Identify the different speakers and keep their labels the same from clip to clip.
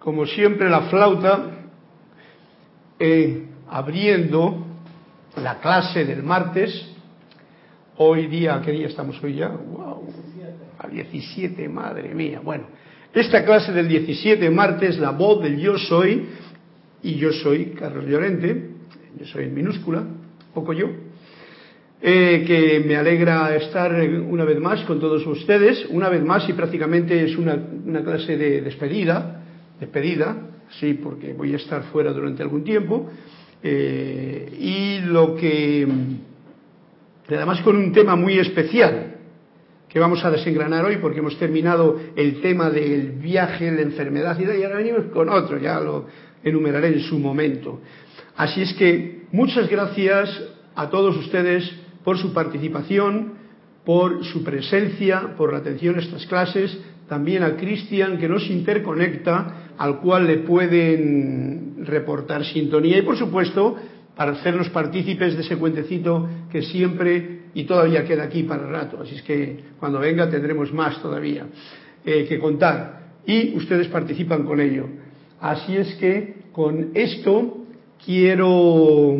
Speaker 1: como siempre, la flauta, abriendo la clase del martes. Hoy día, ¿qué día estamos hoy ya? ¡Wow! A 17, madre mía. Bueno, esta clase del 17, martes, la voz del yo soy, y yo soy Carlos Llorente, yo soy en minúscula, poco yo, que me alegra estar una vez más con todos ustedes, una vez más, y prácticamente es una clase de despedida, sí, porque voy a estar fuera durante algún tiempo, y lo que, además con un tema muy especial, que vamos a desengranar hoy porque hemos terminado el tema del viaje, la enfermedad y ahora venimos con otro, ya lo enumeraré en su momento. Así es que muchas gracias a todos ustedes por su participación, por su presencia, por la atención a estas clases, también a Cristian que nos interconecta, al cual le pueden reportar sintonía y por supuesto para hacernos partícipes de ese cuentecito que siempre y todavía queda aquí para rato, así es que cuando venga tendremos más todavía que contar y ustedes participan con ello. Así es que con esto quiero,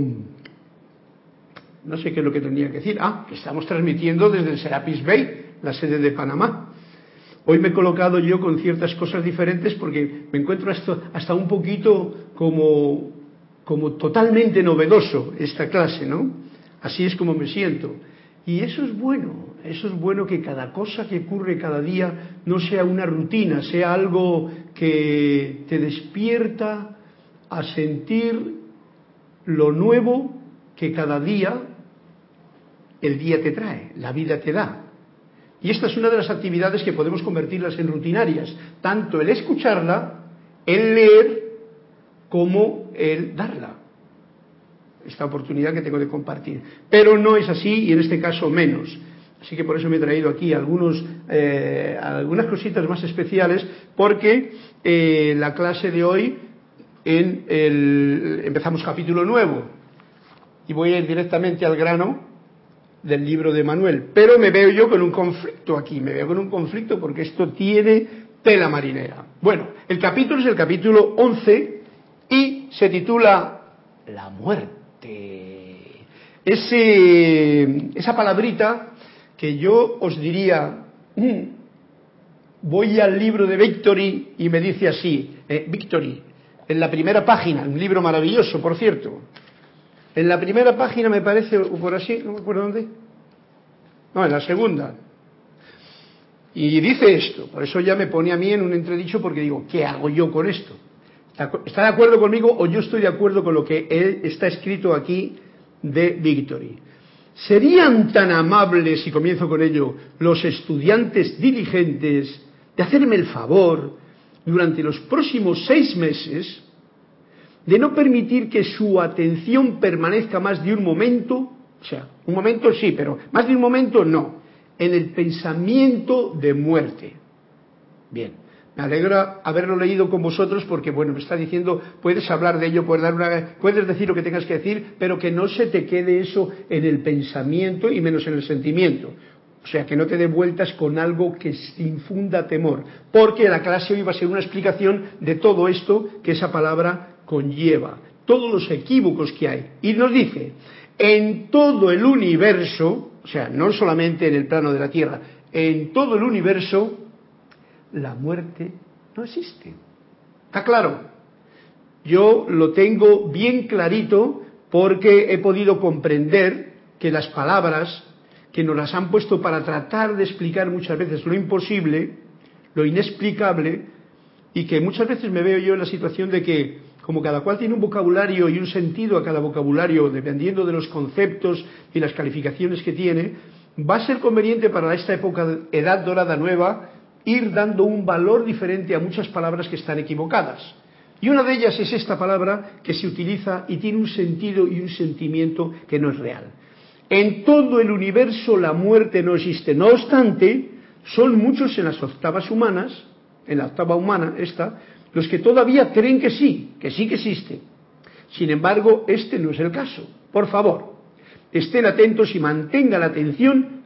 Speaker 1: no sé qué es lo que tendría que decir, que estamos transmitiendo desde el Serapis Bay, la sede de Panamá. Hoy me he colocado yo con ciertas cosas diferentes porque me encuentro hasta un poquito como totalmente novedoso esta clase, ¿no? Así es como me siento. Y eso es bueno que cada cosa que ocurre cada día no sea una rutina, sea algo que te despierta a sentir lo nuevo que cada día el día te trae, la vida te da. Y esta es una de las actividades que podemos convertirlas en rutinarias, tanto el escucharla, el leer, como el darla, esta oportunidad que tengo de compartir. Pero no es así y en este caso menos. Así que por eso me he traído aquí algunas cositas más especiales, porque la clase de hoy empezamos capítulo nuevo y voy a ir directamente al grano del libro de Manuel. Pero me veo yo con un conflicto aquí, porque esto tiene tela marinera. Bueno, el capítulo es el capítulo 11 y se titula La muerte. Esa palabrita que yo os diría, voy al libro de Victory y me dice así, Victory, en la primera página, un libro maravilloso, por cierto. En la primera página me parece, o por así, no me acuerdo dónde. No, en la segunda. Y dice esto, por eso ya me pone a mí en un entredicho porque digo, ¿qué hago yo con esto? ¿Está de acuerdo conmigo o yo estoy de acuerdo con lo que está escrito aquí de Victory? ¿Serían tan amables, y comienzo con ello, los estudiantes diligentes de hacerme el favor durante los próximos 6 meses de no permitir que su atención permanezca más de un momento, o sea, un momento sí, pero más de un momento no, en el pensamiento de muerte? Bien, me alegra haberlo leído con vosotros porque, bueno, me está diciendo, puedes hablar de ello, puedes decir lo que tengas que decir, pero que no se te quede eso en el pensamiento y menos en el sentimiento. O sea, que no te dé vueltas con algo que infunda temor, porque la clase hoy va a ser una explicación de todo esto que esa palabra conlleva, todos los equívocos que hay. Y nos dice, en todo el universo, o sea, no solamente en el plano de la Tierra, en todo el universo, la muerte no existe. ¿Está claro? Yo lo tengo bien clarito porque he podido comprender que las palabras que nos las han puesto para tratar de explicar muchas veces lo imposible, lo inexplicable, y que muchas veces me veo yo en la situación de que, como cada cual tiene un vocabulario y un sentido a cada vocabulario, dependiendo de los conceptos y las calificaciones que tiene, va a ser conveniente para esta época, edad dorada nueva, ir dando un valor diferente a muchas palabras que están equivocadas. Y una de ellas es esta palabra que se utiliza y tiene un sentido y un sentimiento que no es real. En todo el universo la muerte no existe. No obstante, son muchos en las octavas humanas, en la octava humana esta, los que todavía creen que sí que existe. Sin embargo, este no es el caso. Por favor, estén atentos y mantengan la atención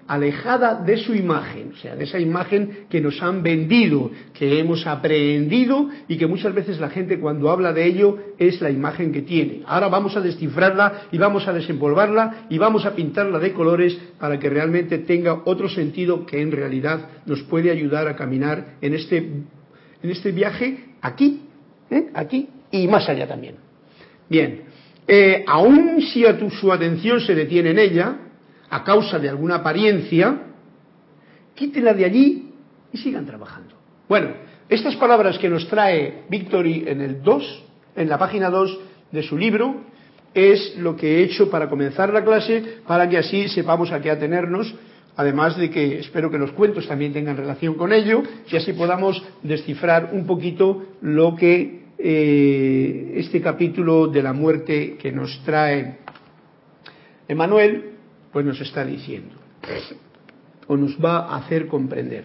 Speaker 1: alejada de su imagen, o sea, de esa imagen que nos han vendido, que hemos aprendido y que muchas veces la gente cuando habla de ello es la imagen que tiene. Ahora vamos a descifrarla y vamos a desempolvarla y vamos a pintarla de colores para que realmente tenga otro sentido que en realidad nos puede ayudar a caminar en este viaje aquí, aquí y más allá también. Bien, aun si su atención se detiene en ella, a causa de alguna apariencia, quítela de allí y sigan trabajando. Bueno, estas palabras que nos trae Victory en el 2, en la página 2 de su libro, es lo que he hecho para comenzar la clase, para que así sepamos a qué atenernos, además de que espero que los cuentos también tengan relación con ello, y así podamos descifrar un poquito lo que este capítulo de la muerte que nos trae Emmanuel pues nos está diciendo o nos va a hacer comprender.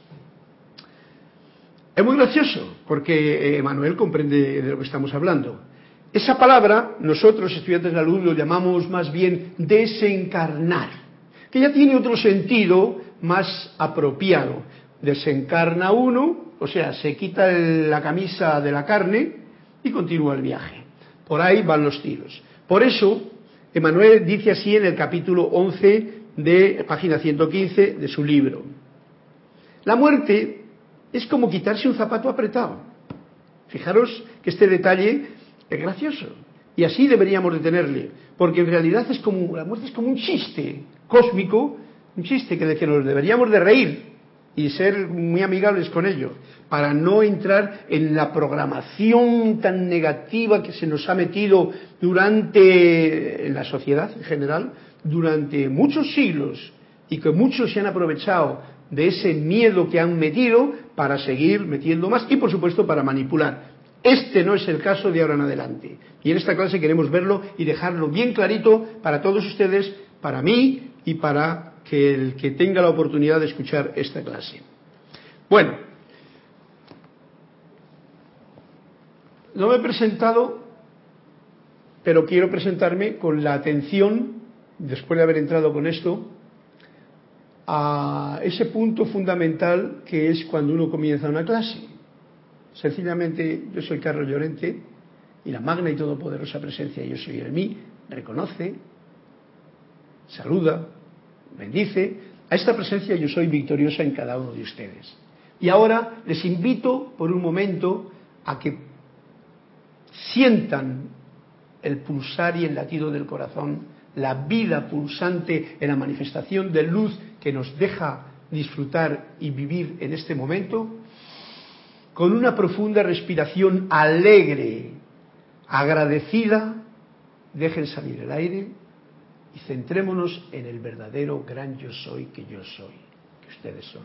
Speaker 1: Es muy gracioso porque Emmanuel comprende de lo que estamos hablando. Esa palabra nosotros estudiantes de la luz lo llamamos más bien desencarnar, que ya tiene otro sentido más apropiado. Desencarna uno, o sea, se quita la camisa de la carne y continúa el viaje. Por ahí van los tiros. Por eso Emmanuel dice así en el capítulo 11 de página 115 de su libro: la muerte es como quitarse un zapato apretado. Fijaros que este detalle es gracioso y así deberíamos de tenerle, porque en realidad la muerte es como un chiste cósmico, un chiste de que nos deberíamos de reír y ser muy amigables con ello, para no entrar en la programación tan negativa que se nos ha metido en la sociedad en general, durante muchos siglos, y que muchos se han aprovechado de ese miedo que han metido para seguir metiendo más y por supuesto para manipular. Este no es el caso de ahora en adelante, y en esta clase queremos verlo y dejarlo bien clarito para todos ustedes, para mí y para que el que tenga la oportunidad de escuchar esta clase. Bueno, no me he presentado, pero quiero presentarme con la atención, después de haber entrado con esto, a ese punto fundamental que es cuando uno comienza una clase. Sencillamente, yo soy Carlos Llorente y la magna y todopoderosa presencia Yo Soy en mí reconoce, saluda, bendice a esta presencia Yo Soy victoriosa en cada uno de ustedes. Y ahora les invito por un momento a que sientan el pulsar y el latido del corazón, la vida pulsante en la manifestación de luz que nos deja disfrutar y vivir en este momento, con una profunda respiración alegre, agradecida. Dejen salir el aire y centrémonos en el verdadero gran Yo Soy que yo soy, que ustedes son.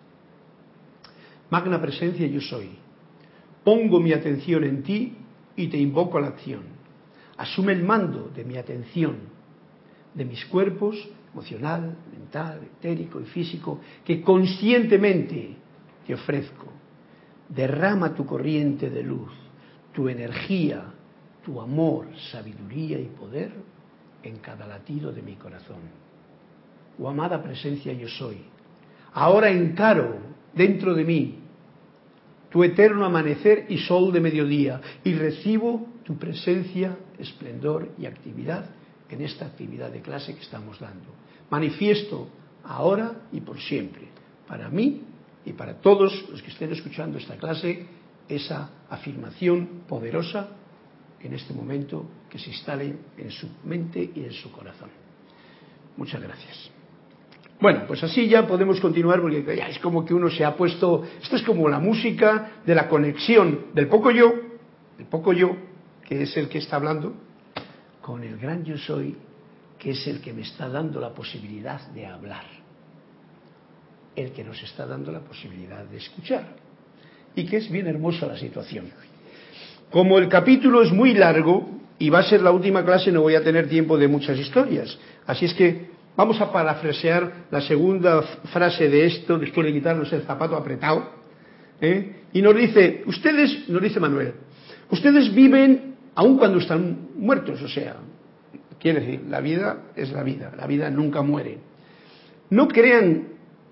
Speaker 1: Magna presencia Yo Soy, pongo mi atención en ti y te invoco a la acción. Asume el mando de mi atención, de mis cuerpos emocional, mental, etérico y físico, que conscientemente te ofrezco. Derrama tu corriente de luz, tu energía, tu amor, sabiduría y poder en cada latido de mi corazón. Oh amada presencia Yo Soy, ahora encaro dentro de mí tu eterno amanecer y sol de mediodía y recibo tu presencia, esplendor y actividad en esta actividad de clase que estamos dando. Manifiesto ahora y por siempre, para mí y para todos los que estén escuchando esta clase, esa afirmación poderosa en este momento que se instale en su mente y en su corazón. Muchas gracias. Bueno, pues así ya podemos continuar, porque ya es como que uno se ha puesto, esto es como la música de la conexión del poco yo, que es el que está hablando, con el gran Yo Soy, que es el que me está dando la posibilidad de hablar, el que nos está dando la posibilidad de escuchar, y que es bien hermosa la situación. Como el capítulo es muy largo y va a ser la última clase, no voy a tener tiempo de muchas historias, así es que vamos a parafrasear la segunda frase de esto, después de quitarnos el zapato apretado, y nos dice Manuel, ustedes viven aun cuando están muertos, o sea, quiere decir, la vida es la vida nunca muere. no crean,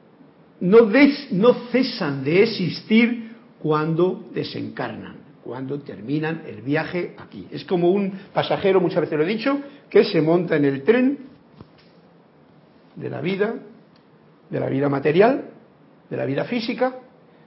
Speaker 1: no cesan de existir cuando desencarnan, cuando terminan el viaje aquí. Es como un pasajero, muchas veces lo he dicho, que se monta en el tren de la vida material, de la vida física,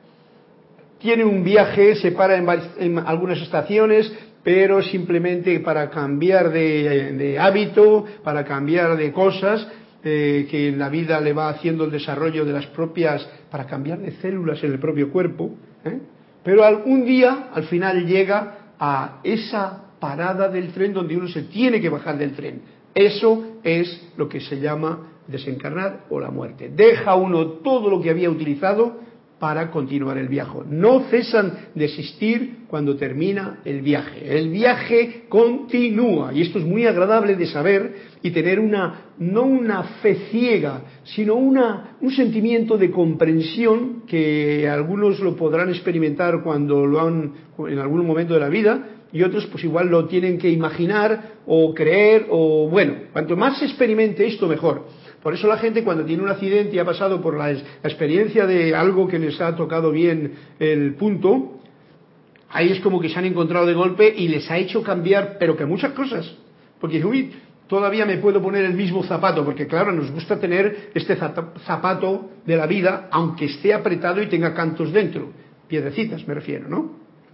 Speaker 1: tiene un viaje, se para en algunas estaciones, pero simplemente para cambiar de hábito, para cambiar de cosas, que en la vida le va haciendo el desarrollo de las propias, para cambiar de células en el propio cuerpo, pero algún día, al final, llega a esa parada del tren donde uno se tiene que bajar del tren. Eso es lo que se llama desencarnar o la muerte. Deja uno todo lo que había utilizado para continuar el viaje. No cesan de existir cuando termina el viaje. El viaje continúa y esto es muy agradable de saber y tener no una fe ciega, sino un sentimiento de comprensión que algunos lo podrán experimentar cuando lo han en algún momento de la vida y otros pues igual lo tienen que imaginar o creer o bueno, cuanto más se experimente esto mejor. Por eso la gente cuando tiene un accidente y ha pasado por la experiencia de algo que les ha tocado bien el punto, ahí es como que se han encontrado de golpe y les ha hecho cambiar, pero que muchas cosas. Porque uy, todavía me puedo poner el mismo zapato, porque claro, nos gusta tener este zapato de la vida, aunque esté apretado y tenga cantos dentro. Piedrecitas me refiero, ¿no?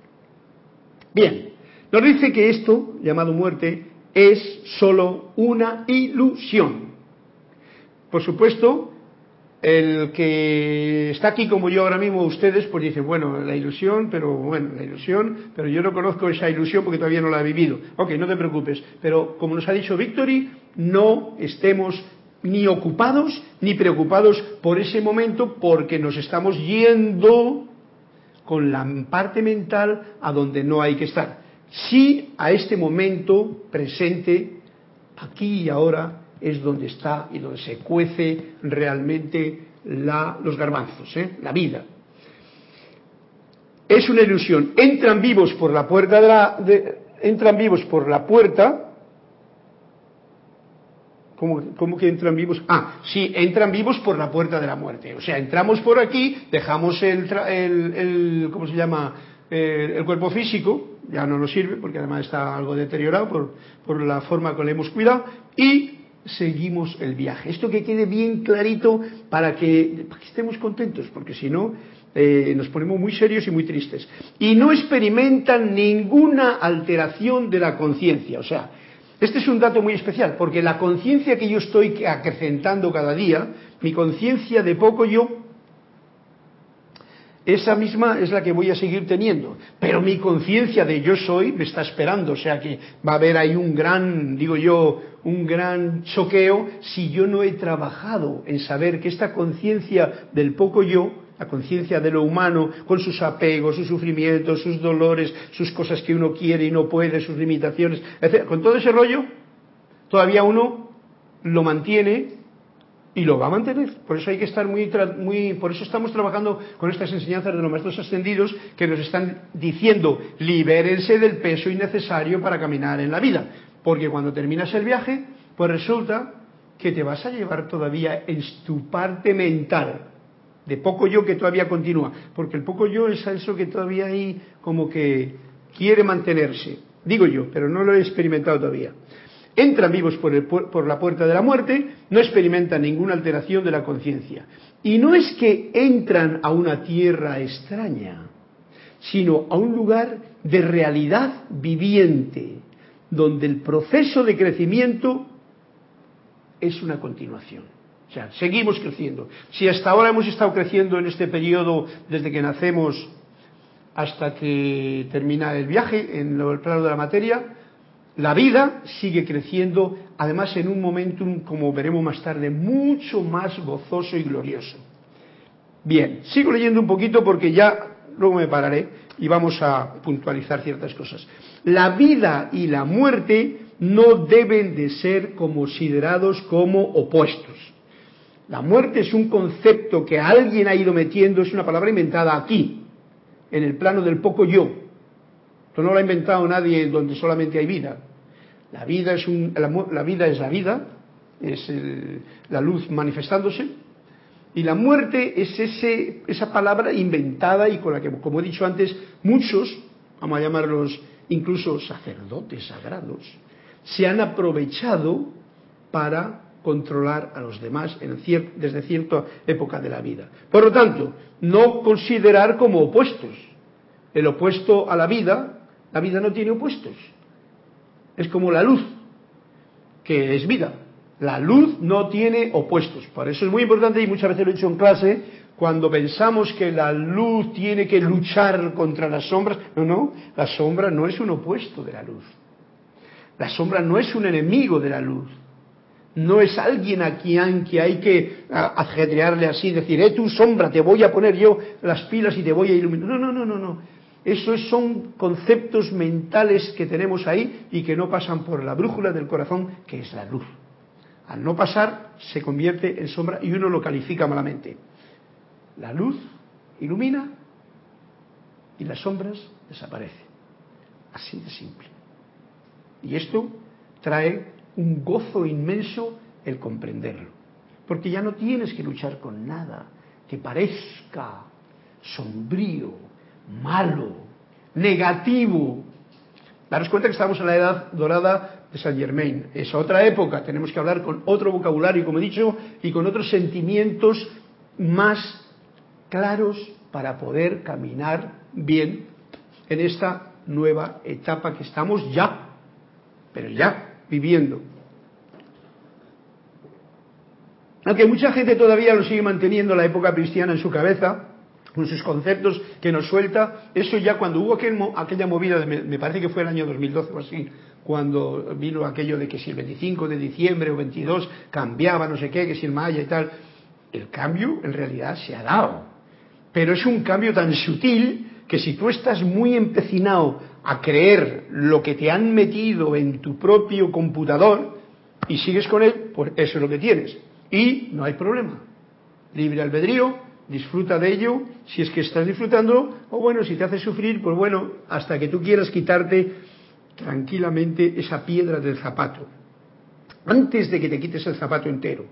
Speaker 1: Bien, nos dice que esto, llamado muerte, es solo una ilusión. Por supuesto, el que está aquí como yo ahora mismo, ustedes, pues dicen, bueno, la ilusión, pero yo no conozco esa ilusión porque todavía no la he vivido. Ok, no te preocupes, pero como nos ha dicho Victory, no estemos ni ocupados ni preocupados por ese momento porque nos estamos yendo con la parte mental a donde no hay que estar. Sí a este momento presente, aquí y ahora, es donde está y donde se cuece realmente los garbanzos, la vida. Es una ilusión. Entran vivos por la puerta entran vivos por la puerta. ¿Cómo que entran vivos? Sí, entran vivos por la puerta de la muerte. O sea, entramos por aquí, dejamos ¿cómo se llama? El cuerpo físico, ya no nos sirve porque además está algo deteriorado por la forma que le hemos cuidado y seguimos el viaje. Esto que quede bien clarito para que estemos contentos, porque si no nos ponemos muy serios y muy tristes. Y no experimentan ninguna alteración de la conciencia. O sea, este es un dato muy especial, porque la conciencia que yo estoy acrecentando cada día, mi conciencia de poco yo, esa misma es la que voy a seguir teniendo, pero mi conciencia de yo soy me está esperando, o sea que va a haber ahí un gran choqueo si yo no he trabajado en saber que esta conciencia del poco yo, la conciencia de lo humano, con sus apegos, sus sufrimientos, sus dolores, sus cosas que uno quiere y no puede, sus limitaciones, etc., con todo ese rollo, todavía uno lo mantiene y lo va a mantener. Por eso hay que estar por eso estamos trabajando con estas enseñanzas de los maestros ascendidos que nos están diciendo, libérense del peso innecesario para caminar en la vida. Porque cuando terminas el viaje, pues resulta que te vas a llevar todavía en tu parte mental, de poco yo que todavía continúa. Porque el poco yo es eso que todavía hay como que quiere mantenerse. Digo yo, pero no lo he experimentado todavía. Entran vivos por la puerta de la muerte, no experimentan ninguna alteración de la conciencia. Y no es que entran a una tierra extraña, sino a un lugar de realidad viviente, donde el proceso de crecimiento es una continuación. O sea, seguimos creciendo. Si hasta ahora hemos estado creciendo en este periodo, desde que nacemos hasta que termina el viaje en el plano de la materia, la vida sigue creciendo, además en un momentum, como veremos más tarde, mucho más gozoso y glorioso. Bien, sigo leyendo un poquito porque ya luego me pararé y vamos a puntualizar ciertas cosas. La vida y la muerte no deben de ser considerados como opuestos. La muerte es un concepto que alguien ha ido metiendo, es una palabra inventada aquí, en el plano del poco yo. Esto no lo ha inventado nadie donde solamente hay vida. La vida es la vida, es la luz manifestándose, Y la muerte es esa palabra inventada y con la que, como he dicho antes, muchos, vamos a llamarlos incluso sacerdotes sagrados, se han aprovechado para controlar a los demás desde cierta época de la vida. Por lo tanto, no considerar como opuestos. El opuesto a la vida no tiene opuestos. Es como la luz, que es vida. La luz no tiene opuestos. Por eso es muy importante, y muchas veces lo he dicho en clase, cuando pensamos que la luz tiene que luchar contra las sombras. No, la sombra no es un opuesto de la luz. La sombra no es un enemigo de la luz. No es alguien a quien que hay que ajetrearle así, decir, tu sombra, te voy a poner yo las pilas y te voy a iluminar. No. Esos son conceptos mentales que tenemos ahí y que no pasan por la brújula del corazón, que es la luz. Al no pasar, se convierte en sombra y uno lo califica malamente. La luz ilumina y las sombras desaparecen. Así de simple. Y esto trae un gozo inmenso el comprenderlo. Porque ya no tienes que luchar con nada que parezca sombrío, malo, negativo. Daros cuenta que estamos en la edad dorada de Saint Germain. Es otra época, tenemos que hablar con otro vocabulario, como he dicho, y con otros sentimientos más claros para poder caminar bien en esta nueva etapa que estamos ya, pero ya viviendo. Aunque mucha gente todavía lo sigue manteniendo la época cristiana en su cabeza, con sus conceptos que nos suelta, eso ya cuando hubo aquella movida, me parece que fue el año 2012 o así, cuando vino aquello de que si el 25 de diciembre o 22 cambiaba no sé qué, que si el maya y tal, el cambio en realidad se ha dado, pero es un cambio tan sutil que si tú estás muy empecinado a creer lo que te han metido en tu propio computador y sigues con él, pues eso es lo que tienes. Y no hay problema. Libre albedrío, disfruta de ello, si es que estás disfrutando, o bueno, si te hace sufrir, pues bueno, hasta que tú quieras quitarte tranquilamente esa piedra del zapato. Antes de que te quites el zapato entero.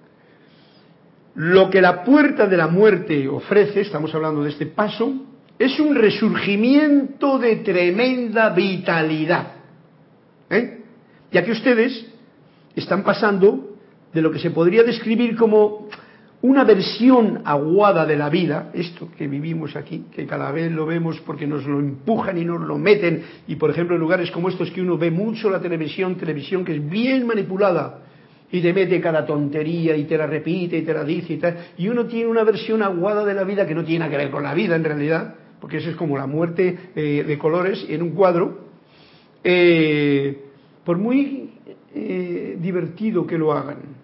Speaker 1: Lo que la puerta de la muerte ofrece, estamos hablando de este paso, es un resurgimiento de tremenda vitalidad. Ya que ustedes están pasando de lo que se podría describir como una versión aguada de la vida, esto que vivimos aquí, que cada vez lo vemos porque nos lo empujan y nos lo meten, y por ejemplo en lugares como estos que uno ve mucho la televisión que es bien manipulada, y te mete cada tontería y te la repite y te la dice y tal, y uno tiene una versión aguada de la vida que no tiene nada que ver con la vida en realidad, porque eso es como la muerte de colores en un cuadro, por muy divertido que lo hagan.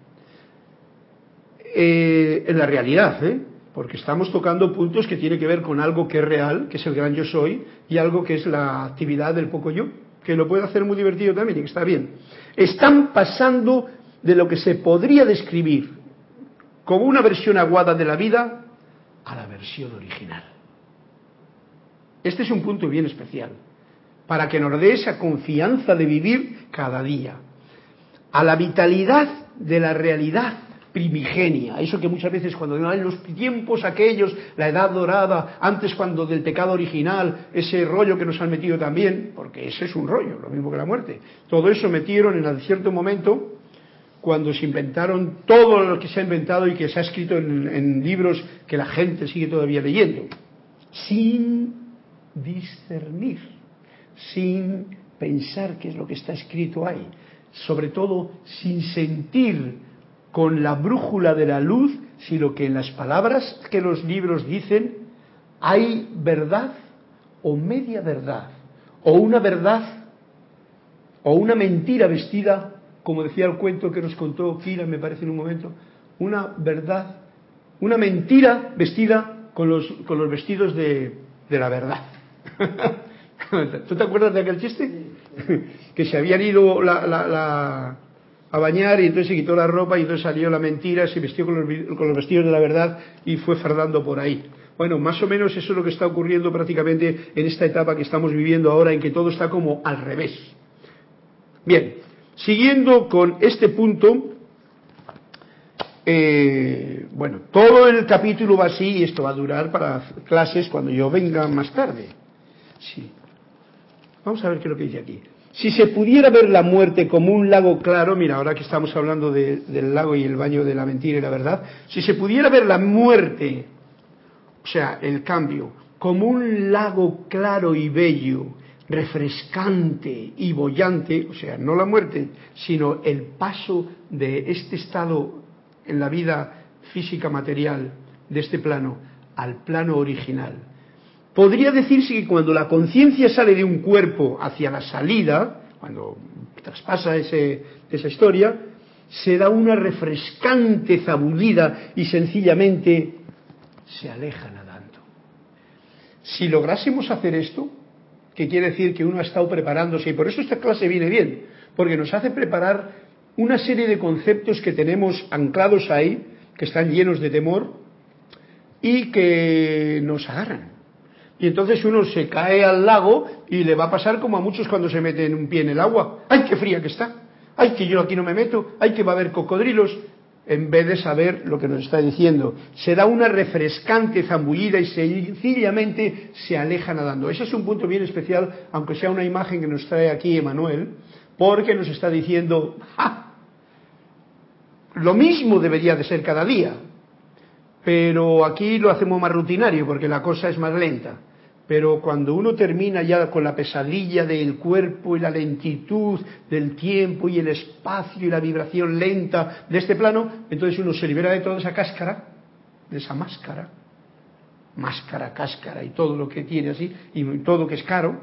Speaker 1: En la realidad, porque estamos tocando puntos que tienen que ver con algo que es real, que es el gran yo soy, y algo que es la actividad del poco yo, que lo puede hacer muy divertido también y que está bien. Están pasando de lo que se podría describir como una versión aguada de la vida a la versión original. Este es un punto bien especial, para que nos dé esa confianza de vivir cada día, a la vitalidad de la realidad primigenia, eso que muchas veces cuando en los tiempos aquellos, la edad dorada, antes cuando del pecado original, ese rollo que nos han metido también, porque ese es un rollo, lo mismo que la muerte, todo eso metieron en cierto momento, cuando se inventaron todo lo que se ha inventado y que se ha escrito en libros que la gente sigue todavía leyendo, sin discernir, sin pensar qué es lo que está escrito ahí, sobre todo sin sentir con la brújula de la luz, sino que en las palabras que los libros dicen hay verdad o media verdad, o una verdad o una mentira vestida, como decía el cuento que nos contó Kira, me parece en un momento, una verdad, una mentira vestida con los vestidos de la verdad. ¿Tú te acuerdas de aquel chiste? Que se habían ido a bañar y entonces se quitó la ropa y entonces salió la mentira, se vistió con los vestidos de la verdad y fue fardando por ahí. Bueno, más o menos eso es lo que está ocurriendo prácticamente en esta etapa que estamos viviendo ahora, en que todo está como al revés. Bien, siguiendo con este punto, bueno, todo el capítulo va así y esto va a durar para clases cuando yo venga más tarde. Sí. Vamos a ver qué es lo que dice aquí. Si se pudiera ver la muerte como un lago claro, mira, ahora que estamos hablando del lago y el baño de la mentira y la verdad, si se pudiera ver la muerte, o sea, el cambio, como un lago claro y bello, refrescante y boyante, o sea, no la muerte, sino el paso de este estado en la vida física material de este plano al plano original. Podría decirse que cuando la conciencia sale de un cuerpo hacia la salida, cuando traspasa esa historia, se da una refrescante zabullida y sencillamente se aleja nadando. Si lográsemos hacer esto, que quiere decir que uno ha estado preparándose, y por eso esta clase viene bien, porque nos hace preparar una serie de conceptos que tenemos anclados ahí, que están llenos de temor, y que nos agarran. Y entonces uno se cae al lago y le va a pasar como a muchos cuando se meten un pie en el agua. ¡Ay, qué fría que está! ¡Ay, que yo aquí no me meto! ¡Ay, que va a haber cocodrilos! En vez de saber lo que nos está diciendo. Se da una refrescante zambullida y sencillamente se aleja nadando. Ese es un punto bien especial, aunque sea una imagen que nos trae aquí Emanuel, porque nos está diciendo, ¡ja! Lo mismo debería de ser cada día. Pero aquí lo hacemos más rutinario porque la cosa es más lenta. Pero cuando uno termina ya con la pesadilla del cuerpo y la lentitud del tiempo y el espacio y la vibración lenta de este plano, entonces uno se libera de toda esa cáscara, de esa máscara, cáscara y todo lo que tiene así, y todo lo que es caro,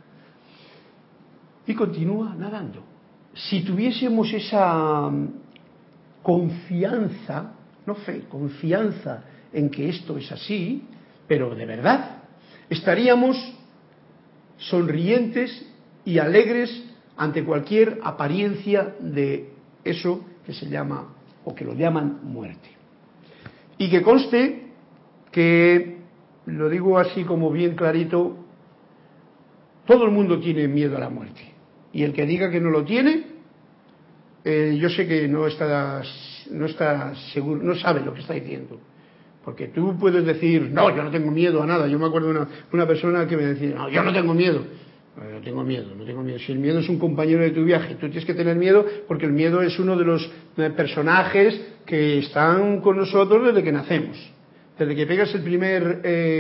Speaker 1: y continúa nadando. Si tuviésemos esa confianza, no fe, confianza en que esto es así, pero de verdad, estaríamos sonrientes y alegres ante cualquier apariencia de eso que se llama, o que lo llaman muerte. Y que conste que, lo digo así como bien clarito, todo el mundo tiene miedo a la muerte. Y el que diga que no lo tiene, yo sé que no está seguro, no sabe lo que está diciendo. Porque tú puedes decir, no, yo no tengo miedo a nada. Yo me acuerdo de una persona que me decía, no, yo no tengo miedo. No tengo miedo, no tengo miedo. Si el miedo es un compañero de tu viaje, tú tienes que tener miedo porque el miedo es uno de los personajes que están con nosotros desde que nacemos. Desde que pegas el primer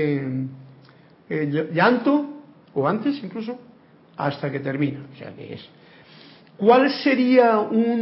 Speaker 1: llanto, o antes incluso, hasta que termina. O sea que es. ¿Cuál sería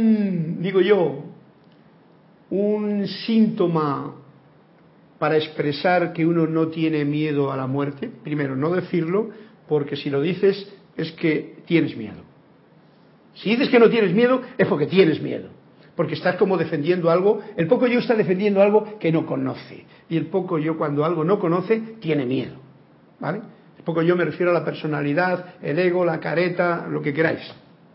Speaker 1: un síntoma para expresar que uno no tiene miedo a la muerte? Primero, no decirlo, porque si lo dices es que tienes miedo. Si dices que no tienes miedo, es porque tienes miedo. Porque estás como defendiendo algo. El poco yo está defendiendo algo que no conoce. Y el poco yo, cuando algo no conoce, tiene miedo. ¿Vale? El poco yo me refiero a la personalidad, el ego, la careta, lo que queráis.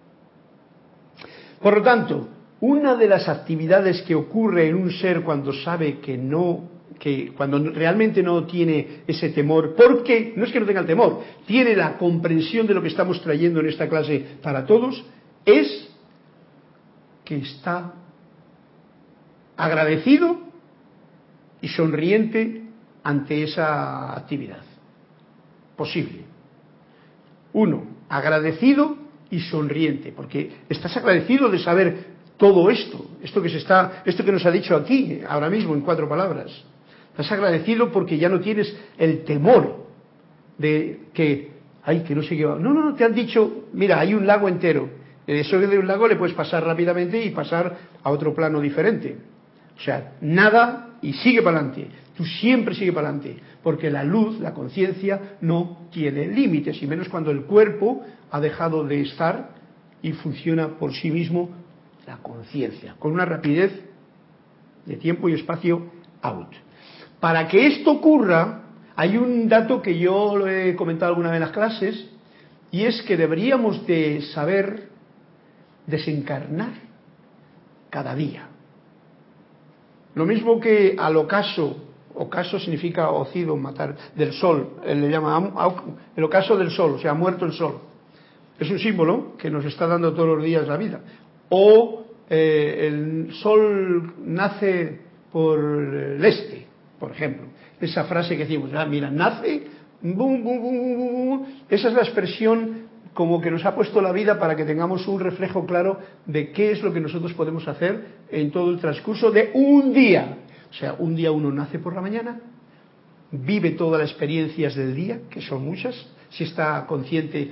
Speaker 1: Por lo tanto, una de las actividades que ocurre en un ser cuando sabe que cuando realmente no tiene ese temor, porque no es que no tenga el temor, tiene la comprensión de lo que estamos trayendo en esta clase para todos, es que está agradecido y sonriente ante esa actividad posible. Uno, agradecido y sonriente, porque estás agradecido de saber todo esto que nos ha dicho aquí ahora mismo en 4 palabras. Estás agradecido porque ya no tienes el temor de que no sé qué va. No, te han dicho, mira, hay un lago entero. De eso de un lago le puedes pasar rápidamente y pasar a otro plano diferente. O sea, nada y sigue para adelante. Tú siempre sigue para adelante, porque la luz, la conciencia, no tiene límites, y menos cuando el cuerpo ha dejado de estar y funciona por sí mismo la conciencia, con una rapidez de tiempo y espacio out. Para que esto ocurra, hay un dato que yo lo he comentado alguna vez en las clases, y es que deberíamos de saber desencarnar cada día. Lo mismo que al ocaso significa ocido, matar, del sol, él le llama el ocaso del sol, o sea, muerto el sol. Es un símbolo que nos está dando todos los días la vida. O el sol nace por el este, por ejemplo. Esa frase que decimos, mira, nace, bum, bum, bum, bum, bum. Esa es la expresión como que nos ha puesto la vida para que tengamos un reflejo claro de qué es lo que nosotros podemos hacer en todo el transcurso de un día. O sea, un día uno nace por la mañana, vive todas las experiencias del día, que son muchas, si está consciente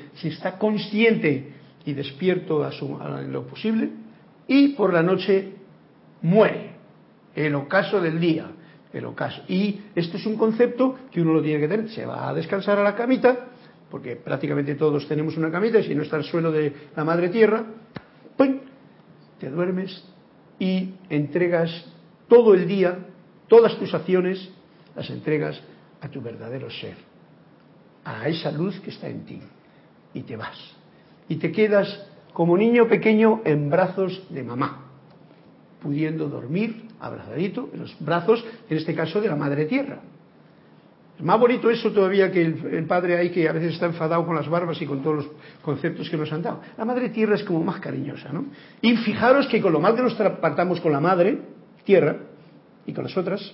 Speaker 1: y despierto en lo posible, y por la noche muere, el ocaso del día, el ocaso. Y esto es un concepto que uno lo tiene que tener. Se va a descansar a la camita, porque prácticamente todos tenemos una camita, y si no está el suelo de la madre tierra, ¡pum!, te duermes y entregas todo el día, todas tus acciones, las entregas a tu verdadero ser, a esa luz que está en ti, y te vas. Y te quedas como niño pequeño en brazos de mamá, pudiendo dormir abrazadito en los brazos, en este caso, de la madre tierra. Es más bonito eso todavía que el padre ahí, que a veces está enfadado con las barbas y con todos los conceptos que nos han dado. La madre tierra es como más cariñosa, ¿no? Y fijaros que con lo mal que nos tratamos con la madre tierra y con las otras,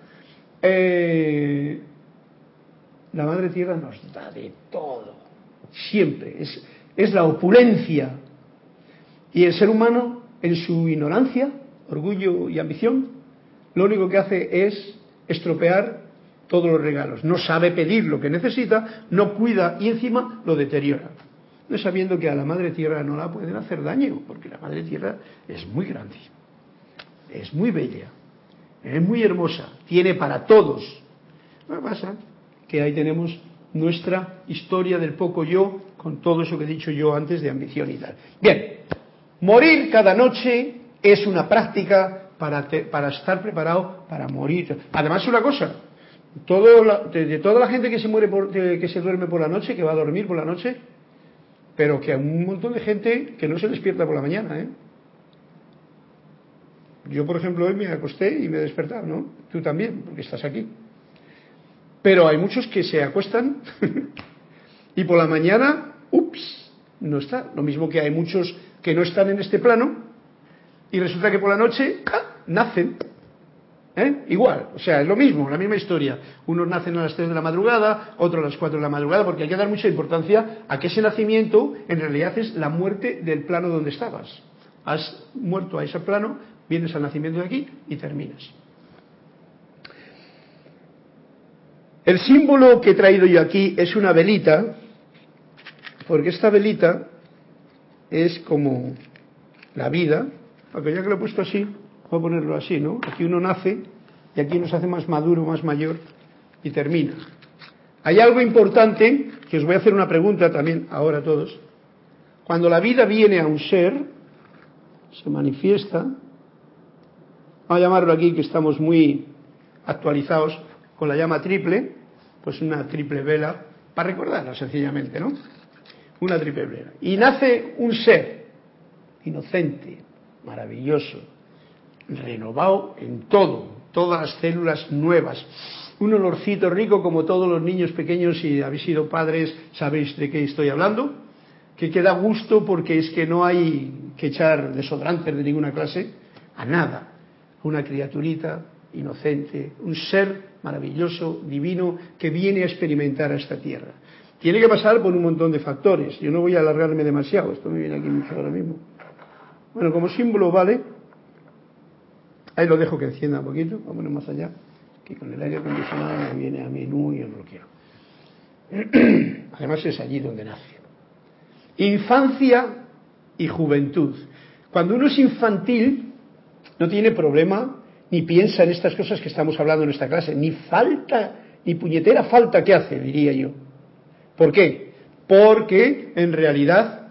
Speaker 1: la madre tierra nos da de todo, siempre, es la opulencia. Y el ser humano, en su ignorancia, orgullo y ambición, lo único que hace es estropear todos los regalos. No sabe pedir lo que necesita, no cuida y encima lo deteriora. No sabiendo que a la madre tierra no la pueden hacer daño, porque la madre tierra es muy grande, es muy bella, es muy hermosa, tiene para todos. Lo que pasa que ahí tenemos nuestra historia del poco yo, con todo eso que he dicho yo antes de ambición y tal. Bien, morir cada noche es una práctica para estar preparado para morir. Además, una cosa, de toda la gente que se muere que se duerme por la noche, que va a dormir por la noche, pero que hay un montón de gente que no se despierta por la mañana, ¿eh? Yo, por ejemplo, hoy me acosté y me he despertado, ¿no? Tú también, porque estás aquí. Pero hay muchos que se acuestan y por la mañana, ups, no está. Lo mismo que hay muchos que no están en este plano y resulta que por la noche nacen. Igual, o sea, es lo mismo, la misma historia. Unos nacen a las 3 de la madrugada, otros a las 4 de la madrugada, porque hay que dar mucha importancia a que ese nacimiento en realidad es la muerte del plano donde estabas. Has muerto a ese plano, vienes al nacimiento de aquí y terminas. El símbolo que he traído yo aquí es una velita, porque esta velita es como la vida, porque ya que lo he puesto así, voy a ponerlo así, ¿no? Aquí uno nace y aquí uno se hace más maduro, más mayor y termina. Hay algo importante, que os voy a hacer una pregunta también ahora a todos. Cuando la vida viene a un ser, se manifiesta, vamos a llamarlo aquí que estamos muy actualizados con la llama triple, pues una triple vela, para recordarla sencillamente, ¿no? Una triple vela. Y nace un ser inocente, maravilloso, renovado en todo, todas las células nuevas, un olorcito rico como todos los niños pequeños, si habéis sido padres sabéis de qué estoy hablando, que da gusto porque es que no hay que echar desodorantes de ninguna clase a nada, una criaturita inocente, un ser maravilloso, divino, que viene a experimentar a esta tierra. Tiene que pasar por un montón de factores, yo no voy a alargarme demasiado, esto me viene aquí mucho ahora mismo. Bueno, como símbolo vale, ahí lo dejo que encienda un poquito, vámonos más allá, que con el aire acondicionado me viene a menú y yo no lo quiero. Además es allí donde nace. Infancia y juventud. Cuando uno es infantil, no tiene problema, ni piensa en estas cosas que estamos hablando en esta clase, ni falta, ni puñetera falta que hace, diría yo. ¿Por qué? Porque en realidad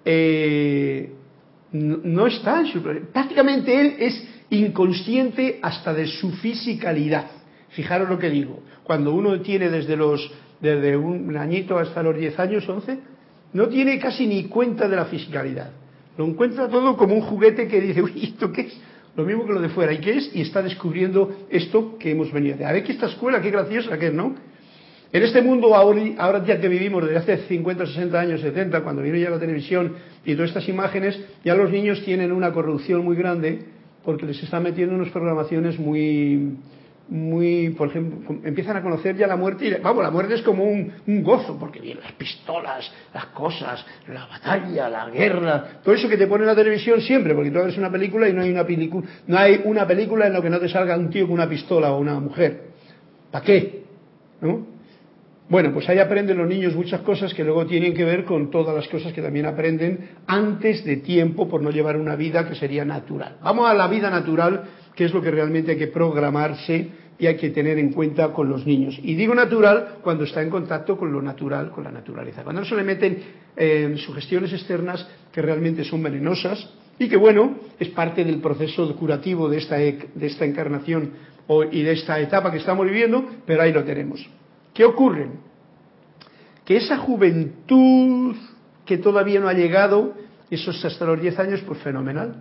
Speaker 1: no está en su... Prácticamente él es inconsciente hasta de su fisicalidad. Fijaros lo que digo. Cuando uno tiene desde un añito hasta los 10 años, 11, no tiene casi ni cuenta de la fisicalidad. Lo encuentra todo como un juguete que dice, uy, ¿esto qué es? Lo mismo que lo de fuera. ¿Y qué es? Y está descubriendo esto que hemos venido a ver. A ver, que esta escuela, qué graciosa que es, ¿no? En este mundo ahora ya que vivimos desde hace 50, 60 años, 70, cuando vino ya la televisión y todas estas imágenes, ya los niños tienen una corrupción muy grande porque les están metiendo unas programaciones muy, por ejemplo, empiezan a conocer ya la muerte y, vamos, la muerte es como un gozo, porque vienen las pistolas, las cosas, la batalla, la guerra, todo eso que te pone en la televisión siempre, porque tú ves una película y no hay una película en la que no te salga un tío con una pistola o una mujer. ¿Para qué? ¿No? Bueno, pues ahí aprenden los niños muchas cosas que luego tienen que ver con todas las cosas que también aprenden antes de tiempo por no llevar una vida que sería natural. Vamos a la vida natural, que es lo que realmente hay que programarse y hay que tener en cuenta con los niños. Y digo natural cuando está en contacto con lo natural, con la naturaleza. Cuando no se le meten sugestiones externas que realmente son venenosas y que, bueno, es parte del proceso curativo de esta encarnación y de esta etapa que estamos viviendo, pero ahí lo tenemos. ¿Qué ocurre? Que esa juventud que todavía no ha llegado, eso es hasta los 10 años, pues fenomenal.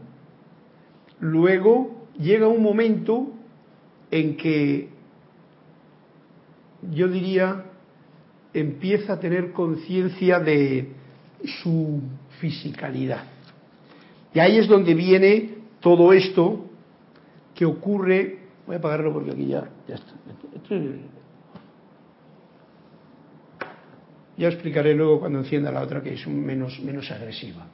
Speaker 1: Luego llega un momento en que, yo diría, empieza a tener conciencia de su fisicalidad. Y ahí es donde viene todo esto que ocurre. Voy a apagarlo porque aquí ya está. Ya explicaré luego cuando encienda la otra, que es menos agresiva.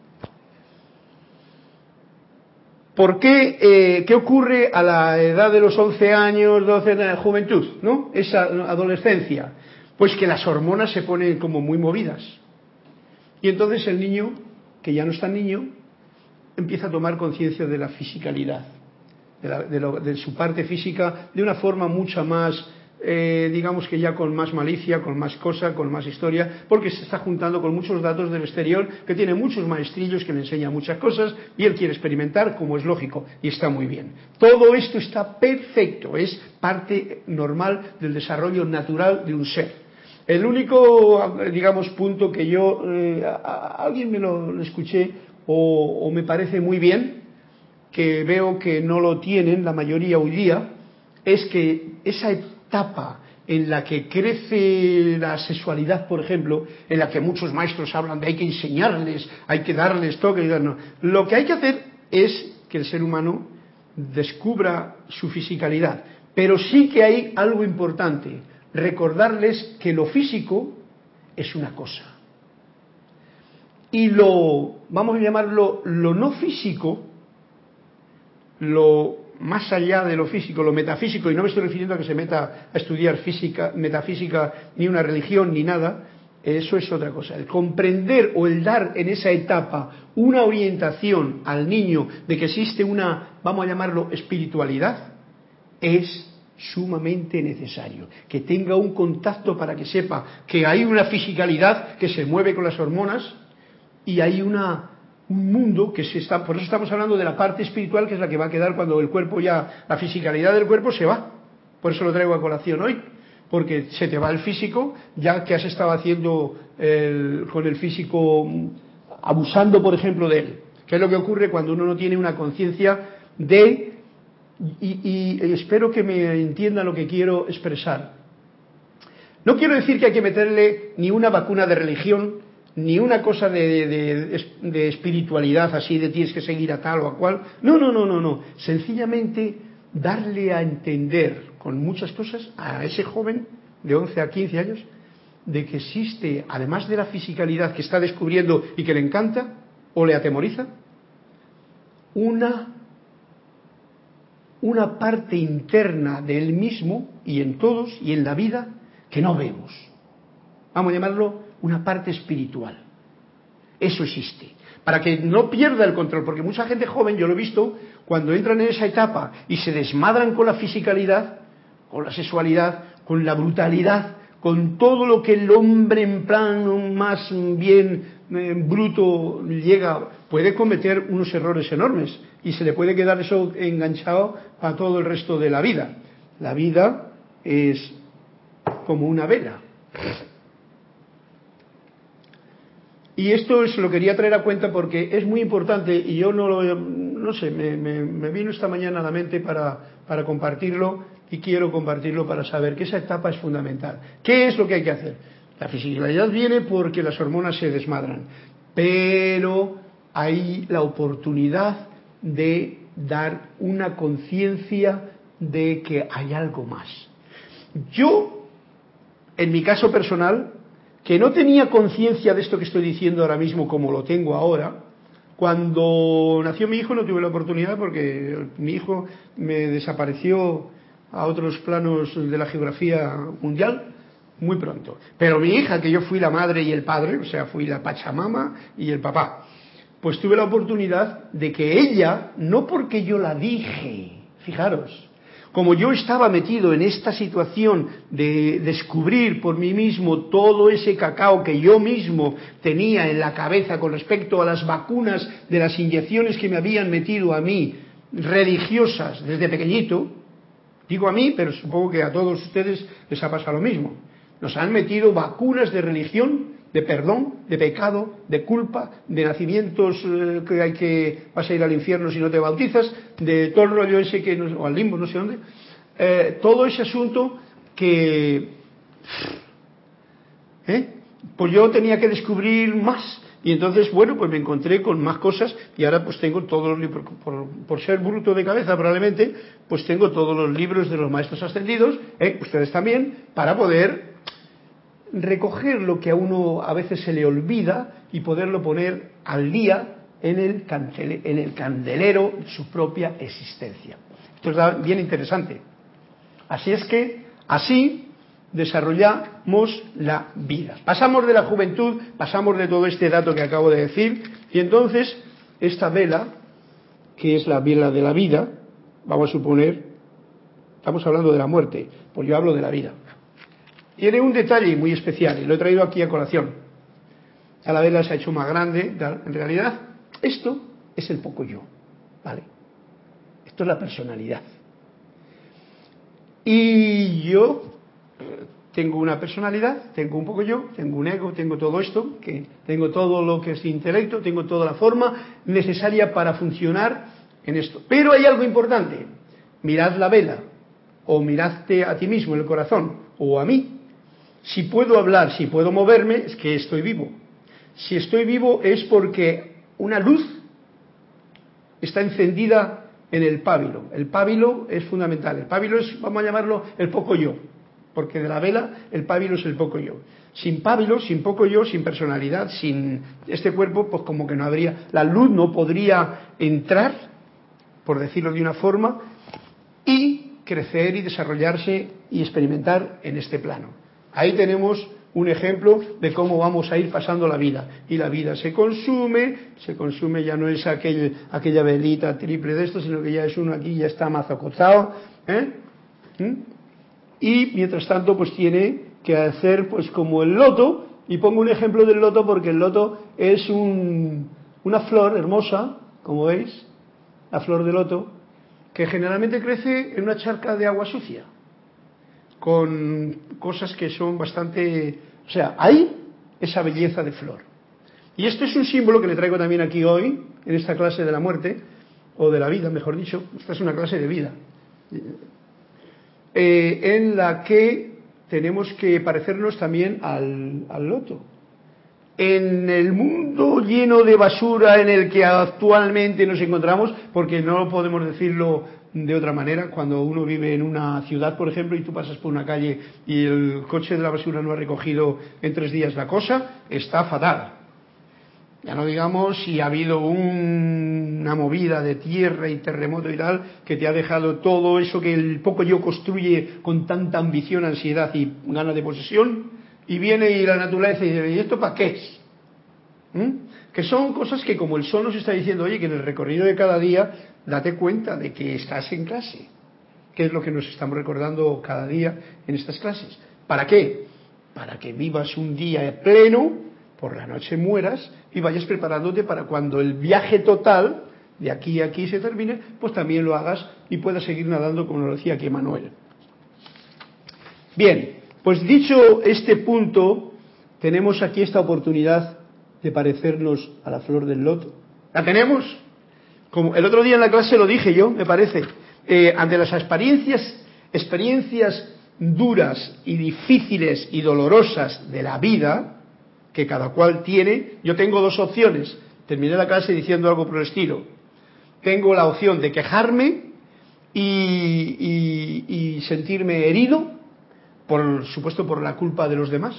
Speaker 1: ¿Por qué? ¿Qué ocurre a la edad de los 11 años, 12 de juventud, ¿no? Esa adolescencia. Pues que las hormonas se ponen como muy movidas. Y entonces el niño, que ya no es tan niño, empieza a tomar conciencia de la fisicalidad, de su parte física, de una forma mucho más, digamos que ya con más malicia, con más cosa, con más historia, porque se está juntando con muchos datos del exterior, que tiene muchos maestrillos que le enseñan muchas cosas, y él quiere experimentar, como es lógico, y está muy bien. Todo esto está perfecto, es parte normal del desarrollo natural de un ser. El único, digamos, punto que yo, a alguien me lo escuché, o me parece muy bien, que veo que no lo tienen la mayoría hoy día, es que esa etapa en la que crece la sexualidad, por ejemplo, en la que muchos maestros hablan de hay que enseñarles, hay que darles toque, no. Lo que hay que hacer es que el ser humano descubra su fisicalidad, pero sí que hay algo importante, recordarles que lo físico es una cosa y vamos a llamarlo, lo no físico, lo más allá de lo físico, lo metafísico, y no me estoy refiriendo a que se meta a estudiar física, metafísica, ni una religión, ni nada, eso es otra cosa. El comprender o el dar en esa etapa una orientación al niño de que existe una, vamos a llamarlo, espiritualidad, es sumamente necesario. Que tenga un contacto para que sepa que hay una fisicalidad que se mueve con las hormonas y hay un mundo que por eso estamos hablando de la parte espiritual, que es la que va a quedar cuando el cuerpo ya, la fisicalidad del cuerpo se va. Por eso lo traigo a colación hoy, porque se te va el físico, ya que has estado haciendo con el físico, abusando, por ejemplo, de él. ¿Qué es lo que ocurre cuando uno no tiene una conciencia de, y espero que me entienda lo que quiero expresar? No quiero decir que hay que meterle ni una vacuna de religión, ni una cosa de espiritualidad así de tienes que seguir a tal o a cual. No. Sencillamente darle a entender con muchas cosas a ese joven de 11 a 15 años de que existe, además de la fisicalidad que está descubriendo y que le encanta o le atemoriza, una parte interna de él mismo y en todos y en la vida que no vemos. Vamos a llamarlo una parte espiritual. Eso existe. Para que no pierda el control, porque mucha gente joven, yo lo he visto, cuando entran en esa etapa y se desmadran con la fisicalidad, con la sexualidad, con la brutalidad, con todo lo que el hombre en plan más bien bruto llega, puede cometer unos errores enormes y se le puede quedar eso enganchado a todo el resto de la vida. La vida es como una vela. Y esto lo quería traer a cuenta porque es muy importante y yo no sé, me vino esta mañana a la mente para compartirlo y quiero compartirlo para saber que esa etapa es fundamental. ¿Qué es lo que hay que hacer? La fisicalidad viene porque las hormonas se desmadran, pero hay la oportunidad de dar una conciencia de que hay algo más. Yo, en mi caso personal, que no tenía conciencia de esto que estoy diciendo ahora mismo como lo tengo ahora, cuando nació mi hijo no tuve la oportunidad porque mi hijo me desapareció a otros planos de la geografía mundial muy pronto. Pero mi hija, que yo fui la madre y el padre, o sea, fui la pachamama y el papá, pues tuve la oportunidad de que ella, no porque yo la dije, fijaros, como yo estaba metido en esta situación de descubrir por mí mismo todo ese cacao que yo mismo tenía en la cabeza con respecto a las vacunas de las inyecciones que me habían metido a mí, religiosas, desde pequeñito, digo a mí, pero supongo que a todos ustedes les ha pasado lo mismo. Nos han metido vacunas de religión, de perdón, de pecado, de culpa, de nacimientos que vas a ir al infierno si no te bautizas, de todo el rollo ese que o al limbo, no sé dónde, todo ese asunto que pues yo tenía que descubrir más. Y entonces, bueno, pues me encontré con más cosas y ahora pues tengo todos los libros, por ser bruto de cabeza probablemente, pues tengo todos los libros de los maestros ascendidos, ustedes también, para poder recoger lo que a uno a veces se le olvida y poderlo poner al día en el candelero de su propia existencia. Esto es bien interesante. Así es que, así desarrollamos la vida. Pasamos de la juventud, pasamos de todo este dato que acabo de decir, y entonces esta vela, que es la vela de la vida, vamos a suponer, estamos hablando de la muerte, pues yo hablo de la vida. Tiene un detalle muy especial y lo he traído aquí a colación. Ya la vela se ha hecho más grande. En realidad, esto es el poco yo, ¿vale? Esto es la personalidad. Y yo tengo una personalidad, tengo un poco yo, tengo un ego, tengo todo esto, que tengo todo lo que es intelecto, tengo toda la forma necesaria para funcionar en esto. Pero hay algo importante. Mirad la vela, o miradte a ti mismo en el corazón, o a mí. Si puedo hablar, si puedo moverme, es que estoy vivo. Si estoy vivo es porque una luz está encendida en el pábilo. El pábilo es fundamental. El pábilo es, vamos a llamarlo, el poco yo. Porque de la vela, el pábilo es el poco yo. Sin pábilo, sin poco yo, sin personalidad, sin este cuerpo, pues como que no habría... La luz no podría entrar, por decirlo de una forma, y crecer y desarrollarse y experimentar en este plano. Ahí tenemos un ejemplo de cómo vamos a ir pasando la vida. Y la vida se consume ya no es aquella velita triple de esto, sino que ya es uno aquí, ya está mazocotado. Y mientras tanto, pues tiene que hacer pues como el loto, y pongo un ejemplo del loto porque el loto es una flor hermosa, como veis, la flor de loto, que generalmente crece en una charca de agua sucia, con cosas que son bastante... O sea, hay esa belleza de flor. Y esto es un símbolo que le traigo también aquí hoy, en esta clase de la muerte, o de la vida, mejor dicho. Esta es una clase de vida, en la que tenemos que parecernos también al loto. En el mundo lleno de basura en el que actualmente nos encontramos, porque no podemos decirlo de otra manera, cuando uno vive en una ciudad, por ejemplo, y tú pasas por una calle y el coche de la basura no ha recogido en 3 días la cosa, está fatal. Ya no digamos si ha habido una movida de tierra y terremoto y tal, que te ha dejado todo eso que el poco yo construye con tanta ambición, ansiedad y ganas de posesión, y viene y la naturaleza y dice, ¿y esto para qué es? Que son cosas que como el sol nos está diciendo, oye, que en el recorrido de cada día date cuenta de que estás en clase, que es lo que nos estamos recordando cada día en estas clases. ¿Para qué? Para que vivas un día pleno, por la noche mueras y vayas preparándote para cuando el viaje total de aquí a aquí se termine, pues también lo hagas y puedas seguir nadando, como lo decía aquí Manuel. Bien, pues dicho este punto, tenemos aquí esta oportunidad de parecernos a la flor del loto. ¿La tenemos? Como el otro día en la clase lo dije yo, me parece, ante las apariencias experiencias duras y difíciles y dolorosas de la vida, que cada cual tiene. Yo tengo dos opciones. Terminé la clase diciendo algo por el estilo. Tengo la opción de quejarme y sentirme herido, por supuesto por la culpa de los demás,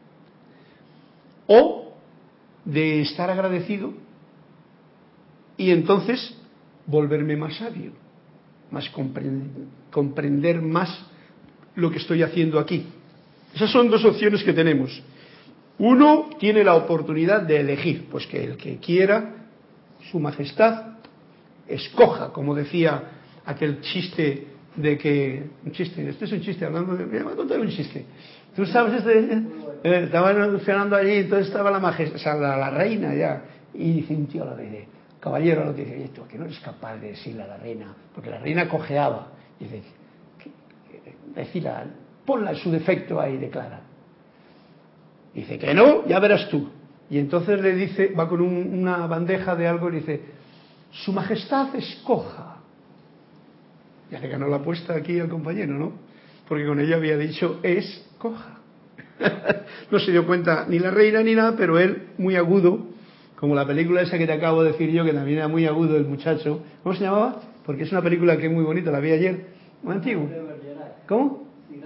Speaker 1: o de estar agradecido y entonces volverme más sabio, más comprender más lo que estoy haciendo aquí. Esas son dos opciones que tenemos. Uno tiene la oportunidad de elegir, pues que el que quiera, su majestad, escoja, como decía aquel chiste de que... Un chiste, este es un chiste, hablando de... Me voy a contar un chiste. Tú sabes, estaban cenando allí, entonces estaba la majestad, o sea, la reina ya, y dice un tío a la reina, caballero, lo que dice, esto, que no eres capaz de decirle a la reina, porque la reina cojeaba, y dice, decirle, ponla su defecto ahí, declara. Dice que no, ya verás tú. Y entonces le dice, va con una bandeja de algo y dice, su majestad escoja. Ya le ganó la apuesta aquí al compañero, ¿no? Porque con ella había dicho escoja. No se dio cuenta ni la reina ni nada, pero él, muy agudo, como la película esa que te acabo de decir yo, que también era muy agudo el muchacho. ¿Cómo se llamaba? Porque es una película que es muy bonita, la vi ayer, muy antigua. ¿Cómo?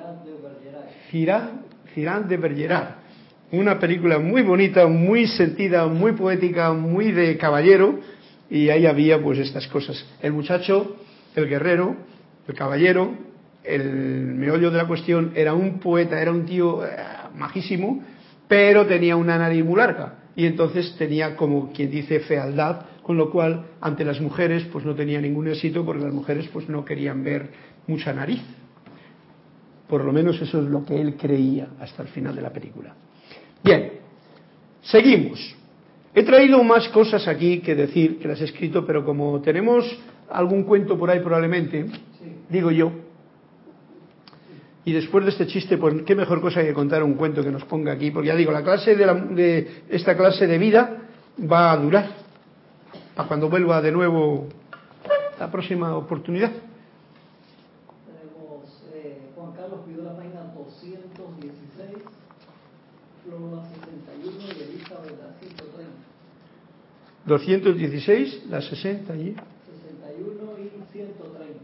Speaker 1: Cyrano de Bergerac. Una película muy bonita, muy sentida, muy poética, muy de caballero, y ahí había pues estas cosas. El muchacho, el guerrero, el caballero, el meollo de la cuestión, era un poeta, era un tío majísimo, pero tenía una nariz muy larga, y entonces tenía, como quien dice, fealdad, con lo cual ante las mujeres pues no tenía ningún éxito, porque las mujeres pues no querían ver mucha nariz. Por lo menos eso es lo que él creía hasta el final de la película. Bien, seguimos. He traído más cosas aquí que decir, que las he escrito, pero como tenemos algún cuento por ahí probablemente, digo yo, y después de este chiste, pues qué mejor cosa que contar un cuento que nos ponga aquí, porque ya digo, la clase de esta clase de vida va a durar, para cuando vuelva de nuevo la próxima oportunidad.
Speaker 2: Tenemos, Juan Carlos pidió la página 216, Flor la 61 y Elizabeth la 130.
Speaker 1: 216, la 60 y...
Speaker 2: 61 y 130.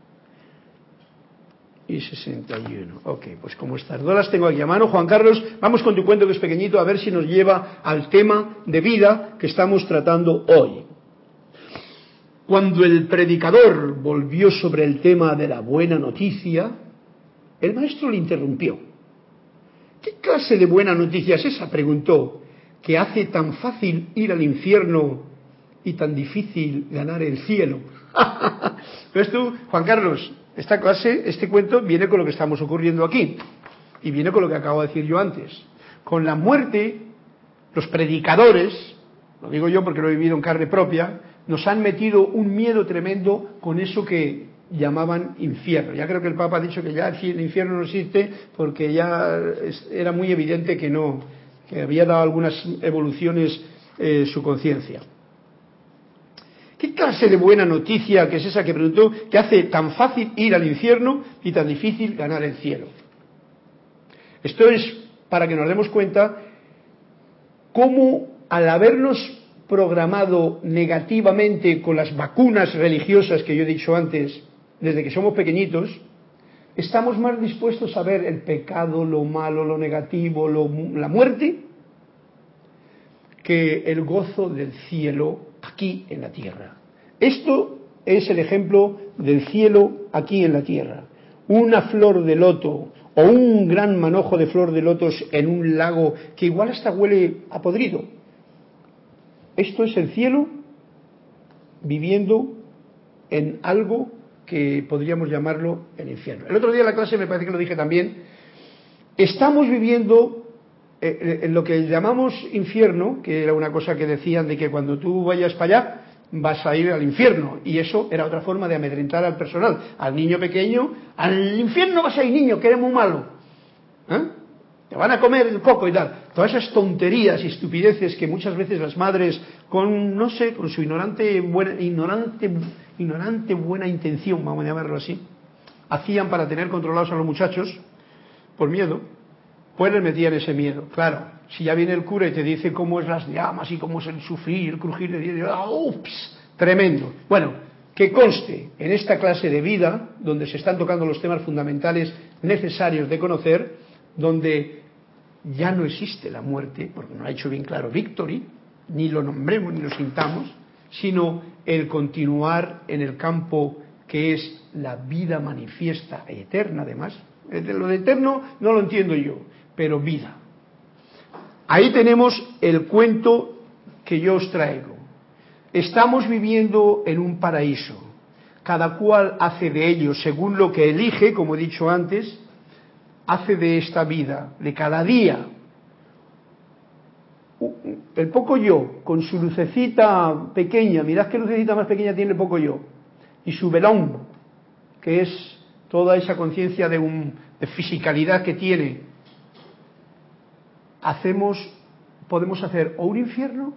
Speaker 1: Y 61. Ok, pues como estas dos las tengo aquí a mano, Juan Carlos, vamos con tu cuento que es pequeñito, a ver si nos lleva al tema de vida que estamos tratando hoy. Cuando el predicador volvió sobre el tema de la buena noticia, el maestro le interrumpió. ¿Qué clase de buena noticia es esa?, preguntó, que hace tan fácil ir al infierno y tan difícil ganar el cielo. ¿Ves tú, Juan Carlos? Esta clase, este cuento viene con lo que estamos ocurriendo aquí, y viene con lo que acabo de decir yo antes. Con la muerte, los predicadores, lo digo yo porque lo he vivido en carne propia, nos han metido un miedo tremendo con eso que llamaban infierno. Ya creo que el Papa ha dicho que ya el infierno no existe, porque ya era muy evidente que no, que había dado algunas evoluciones su conciencia. ¿Qué clase de buena noticia que es esa que preguntó, que hace tan fácil ir al infierno y tan difícil ganar el cielo? Esto es para que nos demos cuenta cómo, al habernos programado negativamente con las vacunas religiosas que yo he dicho antes, desde que somos pequeñitos, estamos más dispuestos a ver el pecado, lo malo, lo negativo, la muerte, que el gozo del cielo aquí en la tierra. Esto es el ejemplo del cielo aquí en la tierra. Una flor de loto o un gran manojo de flor de lotos en un lago que igual hasta huele a podrido. Esto es el cielo viviendo en algo que podríamos llamarlo el infierno. El otro día en la clase me parece que lo dije también. Estamos viviendo en lo que llamamos infierno, que era una cosa que decían de que cuando tú vayas para allá vas a ir al infierno, y eso era otra forma de amedrentar al personal, al niño pequeño. Al infierno vas a ir, niño, que eres muy malo, te van a comer el coco y tal. Todas esas tonterías y estupideces que muchas veces las madres, con no sé, con su ignorante buena intención, vamos a llamarlo así, hacían para tener controlados a los muchachos, por miedo, pues les metían ese miedo. Claro, si ya viene el cura y te dice cómo es las llamas y cómo es el sufrir, el crujir de Dios, ¡ups! Tremendo. Bueno, que conste en esta clase de vida, donde se están tocando los temas fundamentales necesarios de conocer, donde ya no existe la muerte, porque no ha hecho bien claro Victory, ni lo nombremos ni lo sintamos, sino el continuar en el campo que es la vida manifiesta e eterna, además. Lo de eterno no lo entiendo yo, pero vida. Ahí tenemos el cuento que yo os traigo. Estamos viviendo en un paraíso. Cada cual hace de ello según lo que elige, como he dicho antes, hace de esta vida, de cada día. El poco yo, con su lucecita pequeña, mirad qué lucecita más pequeña tiene el poco yo, y su velón, que es toda esa conciencia de fisicalidad que tiene, podemos hacer o un infierno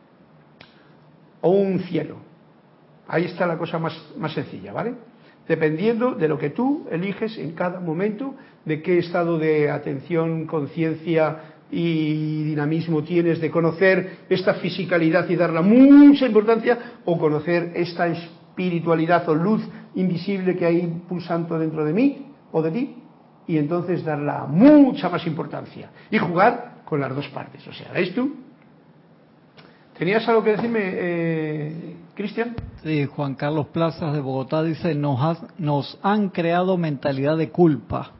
Speaker 1: o un cielo. Ahí está la cosa más sencilla, ¿vale? Dependiendo de lo que tú eliges en cada momento, de qué estado de atención, conciencia y dinamismo tienes de conocer esta fisicalidad y darle mucha importancia, o conocer esta espiritualidad o luz invisible que hay pulsando dentro de mí o de ti, y entonces darle mucha más importancia y jugar con las dos partes. O sea, ¿veis tú? ¿Tenías algo que decirme, Cristian?
Speaker 3: Sí, Juan Carlos Plazas de Bogotá dice, nos han creado mentalidad de culpa.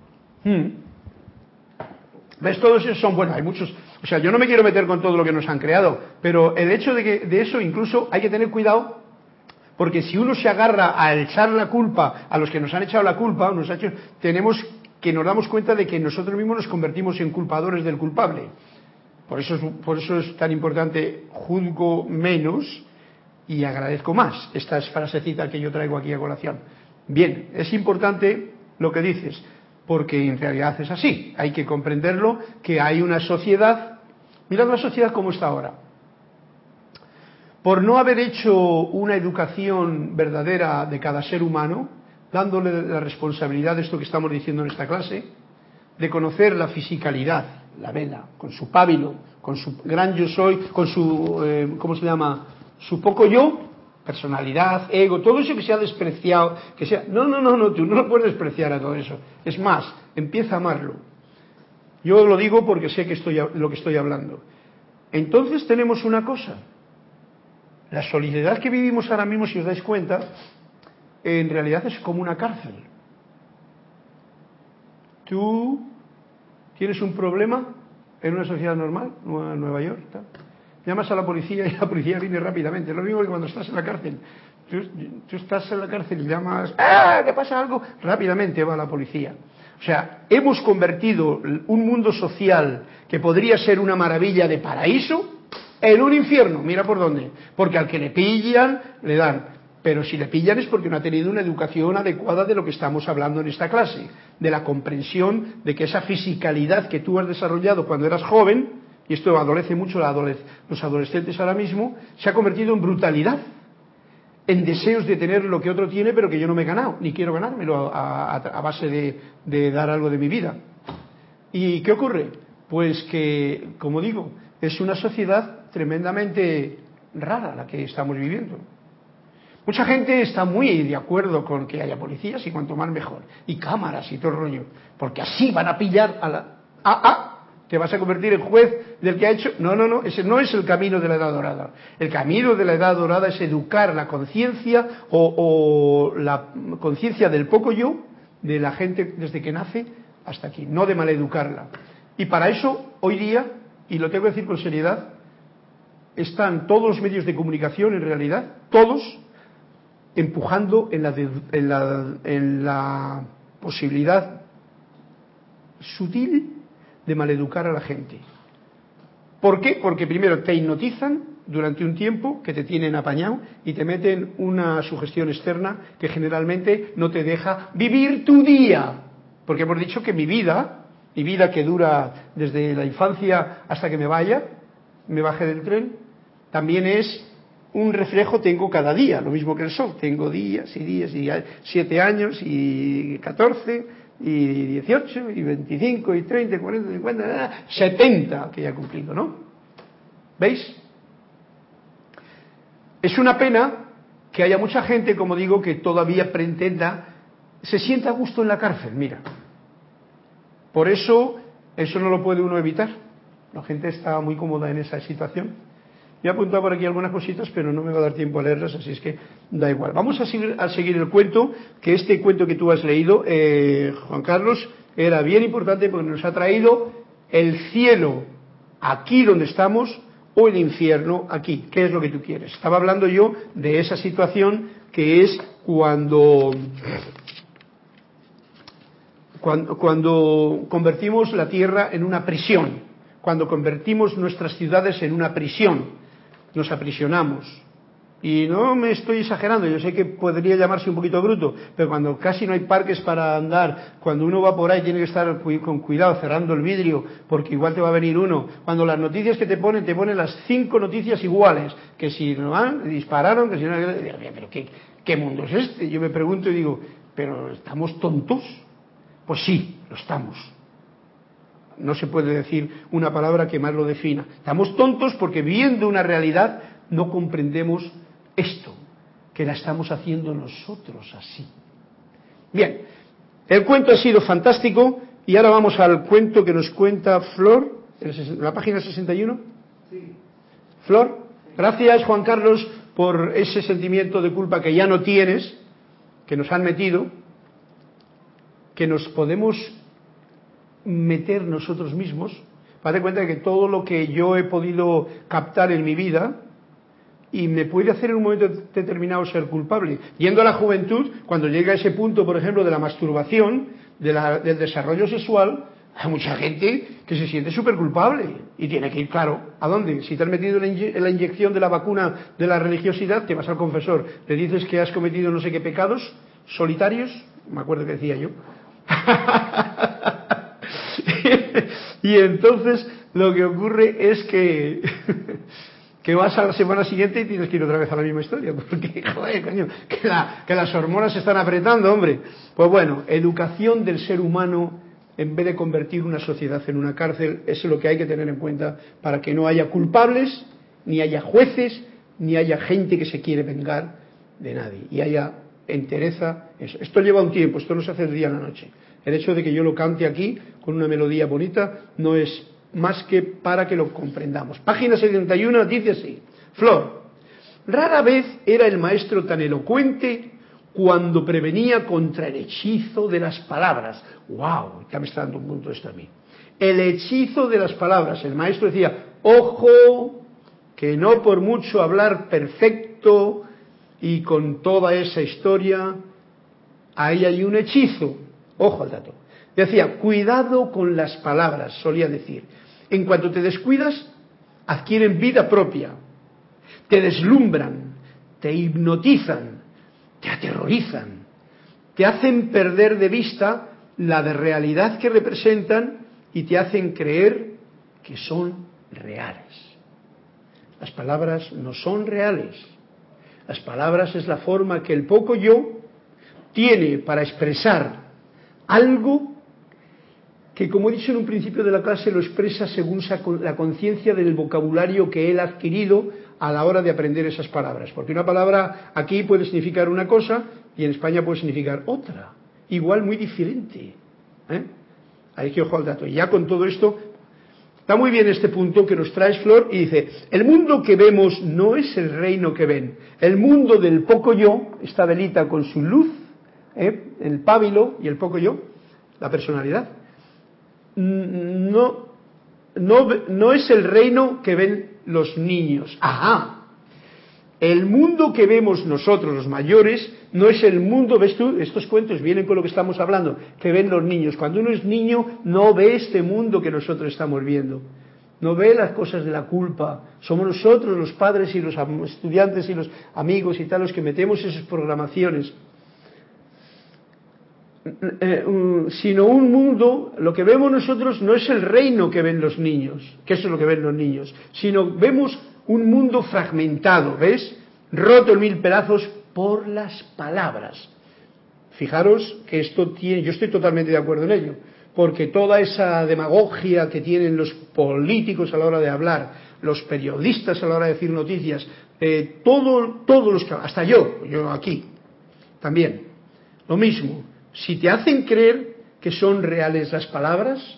Speaker 1: ¿Ves? Todos esos son buenos, hay muchos. O sea, yo no me quiero meter con todo lo que nos han creado, pero el hecho de eso incluso hay que tener cuidado, porque si uno se agarra a echar la culpa a los que nos han echado la culpa, tenemos que nos damos cuenta de que nosotros mismos nos convertimos en culpadores del culpable. Por eso es tan importante, juzgo menos y agradezco más. Esta es frasecita que yo traigo aquí a colación. Bien, es importante lo que dices, porque en realidad es así. Hay que comprenderlo, que hay una sociedad. Mirad la sociedad como está ahora. Por no haber hecho una educación verdadera de cada ser humano, dándole la responsabilidad de esto que estamos diciendo en esta clase, de conocer la fisicalidad, la vela, con su pábilo, con su gran yo soy, con su, ¿cómo se llama?, su poco yo, personalidad, ego, todo eso que se ha despreciado, que sea, no, tú no lo puedes despreciar a todo eso. Es más, empieza a amarlo. Yo lo digo porque sé que lo que estoy hablando. Entonces tenemos una cosa, la solidaridad que vivimos ahora mismo, si os dais cuenta, en realidad es como una cárcel. Tú tienes un problema en una sociedad normal, Nueva York, tal, llamas a la policía y la policía viene rápidamente. Lo mismo que cuando estás en la cárcel. Tú estás en la cárcel y llamas, ¡ah! ¿Te pasa algo? Rápidamente va la policía. O sea, hemos convertido un mundo social que podría ser una maravilla de paraíso en un infierno. Mira por dónde. Porque al que le pillan, le dan. Pero si le pillan es porque no ha tenido una educación adecuada de lo que estamos hablando en esta clase. De la comprensión de que esa fisicalidad que tú has desarrollado cuando eras joven, y esto adolece mucho los adolescentes ahora mismo, se ha convertido en brutalidad, en deseos de tener lo que otro tiene pero que yo no me he ganado, ni quiero ganármelo a base de dar algo de mi vida. ¿Y qué ocurre? Pues que, como digo, es una sociedad tremendamente rara la que estamos viviendo. Mucha gente está muy de acuerdo con que haya policías y cuanto más mejor, y cámaras y todo el rollo, porque así van a pillar a la... ¿Te vas a convertir en juez del que ha hecho? No, ese no es el camino de la Edad Dorada. El camino de la Edad Dorada es educar la conciencia o la conciencia del poco yo de la gente desde que nace hasta aquí, no de maleducarla. Y para eso, hoy día, y lo tengo que decir con seriedad, están todos los medios de comunicación, en realidad, todos, empujando en la posibilidad sutil de maleducar a la gente. ¿Por qué? Porque primero te hipnotizan durante un tiempo que te tienen apañado y te meten una sugestión externa que generalmente no te deja vivir tu día. Porque hemos dicho que mi vida que dura desde la infancia hasta que me baje del tren, también es un reflejo tengo cada día, lo mismo que el sol. Tengo días y días, y 7 años, y 14, y 18, y 25, y 30, y 40, y 50, 70 que ya he cumplido, ¿no? ¿Veis? Es una pena que haya mucha gente, como digo, que todavía pretenda, se sienta a gusto en la cárcel, mira. Por eso no lo puede uno evitar. La gente está muy cómoda en esa situación. Yo he apuntado por aquí algunas cositas, pero no me va a dar tiempo a leerlas, así es que da igual. Vamos a seguir el cuento, que este cuento que tú has leído, Juan Carlos, era bien importante porque nos ha traído el cielo aquí donde estamos o el infierno aquí. ¿Qué es lo que tú quieres? Estaba hablando yo de esa situación que es cuando convertimos la tierra en una prisión, cuando convertimos nuestras ciudades en una prisión, nos aprisionamos. Y no me estoy exagerando, yo sé que podría llamarse un poquito bruto, pero cuando casi no hay parques para andar, cuando uno va por ahí tiene que estar con cuidado cerrando el vidrio, porque igual te va a venir uno. Cuando las noticias que te ponen las 5 noticias iguales, que si no dispararon, que si no... Pero ¿qué mundo es este? Yo me pregunto y digo, ¿pero estamos tontos? Pues sí, lo estamos. No se puede decir una palabra que más lo defina. Estamos tontos porque viendo una realidad no comprendemos esto, que la estamos haciendo nosotros así. Bien, el cuento ha sido fantástico y ahora vamos al cuento que nos cuenta Flor, en la página 61.
Speaker 2: Sí.
Speaker 1: Flor, gracias Juan Carlos por ese sentimiento de culpa que ya no tienes, que nos han metido, que nos podemos meter nosotros mismos. Date cuenta de que todo lo que yo he podido captar en mi vida y me puede hacer en un momento determinado ser culpable. Yendo a la juventud, cuando llega a ese punto, por ejemplo, de la masturbación, del desarrollo sexual, hay mucha gente que se siente súper culpable y tiene que ir, claro, ¿a dónde? Si te has metido en la inyección de la vacuna de la religiosidad, te vas al confesor, le dices que has cometido no sé qué pecados solitarios, me acuerdo que decía yo. Y entonces lo que ocurre es que vas a la semana siguiente y tienes que ir otra vez a la misma historia, porque, joder, coño, que las hormonas se están apretando, hombre. Pues bueno, educación del ser humano en vez de convertir una sociedad en una cárcel, eso es lo que hay que tener en cuenta para que no haya culpables, ni haya jueces, ni haya gente que se quiere vengar de nadie, y haya entereza. Esto lleva un tiempo, esto no se hace de día a la noche. El hecho de que yo lo cante aquí con una melodía bonita no es más que para que lo comprendamos. Página 71 dice así: Flor, rara vez era el maestro tan elocuente cuando prevenía contra el hechizo de las palabras. ¡Wow! Ya me está dando un punto esto a mí. El hechizo de las palabras. El maestro decía, ojo, que no por mucho hablar perfecto y con toda esa historia, ahí hay un hechizo. Ojo al dato. Decía, cuidado con las palabras, solía decir. En cuanto te descuidas, adquieren vida propia, te deslumbran, te hipnotizan, te aterrorizan, te hacen perder de vista la de realidad que representan y te hacen creer que son reales. Las palabras no son reales. Las palabras es la forma que el poco yo tiene para expresar algo que, como he dicho en un principio de la clase, lo expresa según la conciencia del vocabulario que él ha adquirido a la hora de aprender esas palabras. Porque una palabra aquí puede significar una cosa y en España puede significar otra, igual muy diferente. Hay que ojo al dato. Y ya con todo esto, está muy bien este punto que nos traes, Flor, y dice, el mundo que vemos no es el reino que ven. El mundo del poco yo, esta velita con su luz, el pábilo y el poco yo, la personalidad, no es el reino que ven los niños. ¡Ajá! El mundo que vemos nosotros, los mayores, no es el mundo, ves tú, estos cuentos vienen con lo que estamos hablando, que ven los niños. Cuando uno es niño, no ve este mundo que nosotros estamos viendo. No ve las cosas de la culpa. Somos nosotros, los padres y los estudiantes y los amigos y tal, los que metemos esas programaciones. Sino un mundo, lo que vemos nosotros no es el reino que ven los niños, que eso es lo que ven los niños, sino vemos un mundo fragmentado, ¿ves? roto en mil pedazos por las palabras. Fijaros que esto tiene, yo estoy totalmente de acuerdo en ello, porque toda esa demagogia que tienen los políticos a la hora de hablar, los periodistas a la hora de decir noticias, todos los que, hasta yo aquí, también, lo mismo, si te hacen creer que son reales las palabras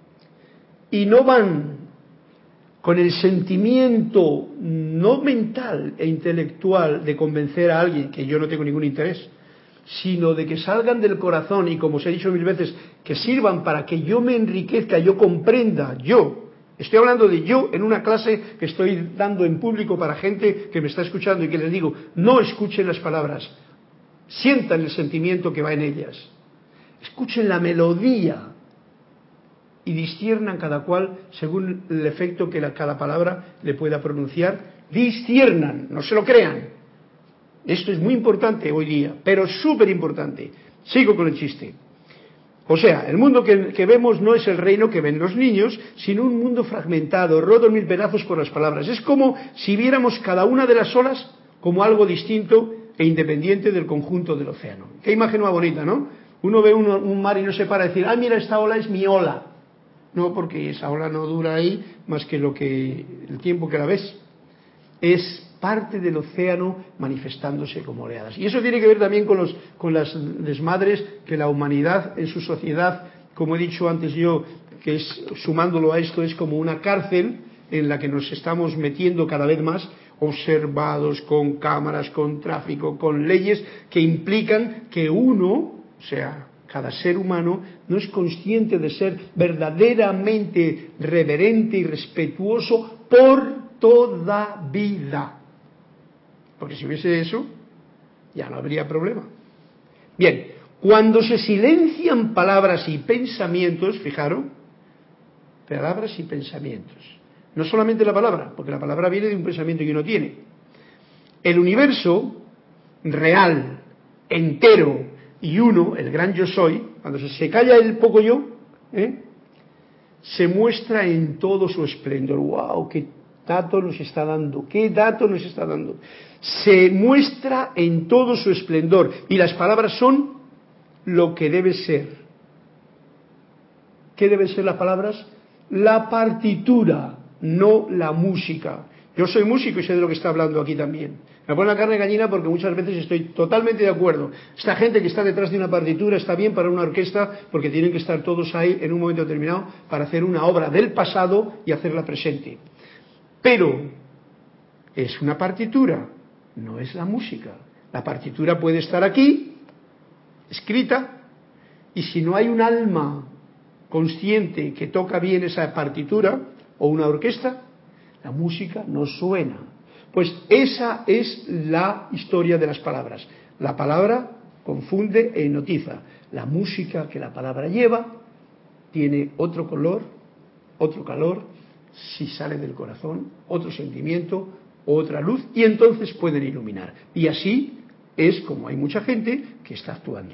Speaker 1: y no van con el sentimiento no mental e intelectual de convencer a alguien, que yo no tengo ningún interés, sino de que salgan del corazón y, como os he dicho mil veces, que sirvan para que yo me enriquezca, yo comprenda, yo. Estoy hablando de yo en una clase que estoy dando en público para gente que me está escuchando y que les digo, no escuchen las palabras, sientan el sentimiento que va en ellas, escuchen la melodía y disciernan cada cual según el efecto que cada palabra le pueda pronunciar, disciernan, no se lo crean. Esto es muy importante hoy día, pero súper importante. Sigo con el chiste. O sea, el mundo que vemos no es el reino que ven los niños, sino un mundo fragmentado, roto en mil pedazos por las palabras. Es como si viéramos cada una de las olas como algo distinto e independiente del conjunto del océano. Qué imagen más bonita, ¿no? Uno ve un mar y no se para a decir, ah, mira, esta ola es mi ola. No, porque esa ola no dura ahí más que el tiempo que la ves. Es parte del océano manifestándose como oleadas. Y eso tiene que ver también con las desmadres que la humanidad en su sociedad, como he dicho antes yo, que es, sumándolo a esto, es como una cárcel en la que nos estamos metiendo cada vez más, observados con cámaras, con tráfico, con leyes que implican que uno, o sea, cada ser humano, no es consciente de ser verdaderamente reverente y respetuoso por toda vida. Porque si hubiese eso, ya no habría problema. Bien, cuando se silencian palabras y pensamientos, fijaros, palabras y pensamientos. No solamente la palabra, porque la palabra viene de un pensamiento que uno tiene. El universo real, entero y uno, el gran yo soy, cuando se calla el poco yo, se muestra en todo su esplendor. ¡Wow! ¡Qué dato nos está dando! ¡Qué dato nos está dando! Se muestra en todo su esplendor y las palabras son lo que debe ser. ¿Qué deben ser las palabras? La partitura, no la música. Yo soy músico y sé de lo que está hablando aquí también. Me pone la carne de gallina porque muchas veces estoy totalmente de acuerdo. Esta gente que está detrás de una partitura está bien para una orquesta porque tienen que estar todos ahí en un momento determinado para hacer una obra del pasado y hacerla presente. Pero es una partitura, no es la música. La partitura puede estar aquí, escrita, y si no hay un alma consciente que toca bien esa partitura o una orquesta, la música no suena. Pues esa es la historia de las palabras. La palabra confunde e hipnotiza. La música que la palabra lleva tiene otro color, otro calor, si sale del corazón, otro sentimiento, otra luz, y entonces pueden iluminar. Y así es como hay mucha gente que está actuando.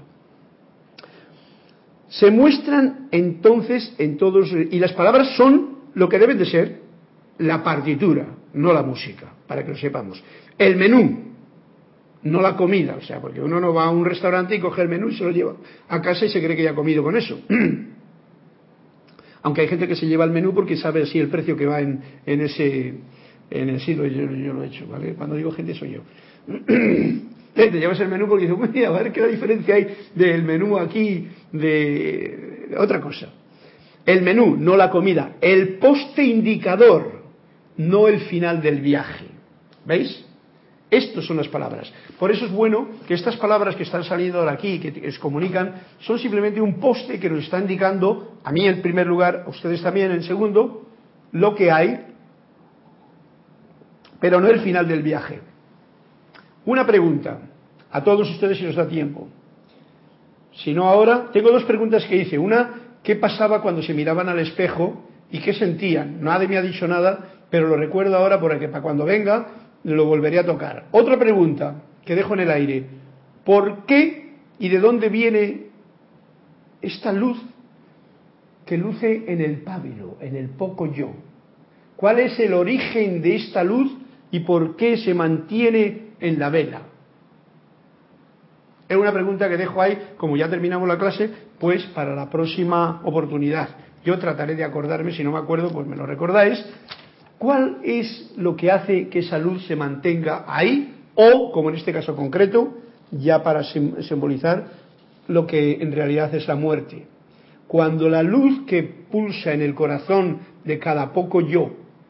Speaker 1: Se muestran entonces en todos, y las palabras son lo que deben de ser, la partitura, no la música, para que lo sepamos. El menú, no la comida, o sea, porque uno no va a un restaurante y coge el menú y se lo lleva a casa y se cree que ya ha comido con eso. Aunque hay gente que se lleva el menú porque sabe así el precio que va en el sitio, yo lo he hecho, ¿vale? Cuando digo gente soy yo. Te llevas el menú porque dices, mira, a ver qué diferencia hay del menú aquí de otra cosa. El menú, no la comida. El poste indicador, no el final del viaje. ¿Veis? Estas son las palabras. Por eso es bueno que estas palabras que están saliendo ahora aquí, que os comunican, son simplemente un poste que nos está indicando, a mí en primer lugar, a ustedes también en segundo, lo que hay, pero no el final del viaje. Una pregunta, a todos ustedes si nos da tiempo. Si no ahora, tengo dos preguntas que hice. Una, ¿qué pasaba cuando se miraban al espejo y qué sentían? Nadie me ha dicho nada, pero lo recuerdo ahora porque para cuando venga lo volveré a tocar. Otra pregunta que dejo en el aire. ¿Por qué y de dónde viene esta luz que luce en el pábilo, en el poco yo? ¿Cuál es el origen de esta luz y por qué se mantiene en la vela? Es una pregunta que dejo ahí, como ya terminamos la clase, pues para la próxima oportunidad. Yo trataré de acordarme, si no me acuerdo, pues me lo recordáis. ¿Cuál es lo que hace que esa luz se mantenga ahí? O, como en este caso concreto, ya para simbolizar lo que en realidad es la muerte. Cuando la luz que pulsa en el corazón de cada poco yo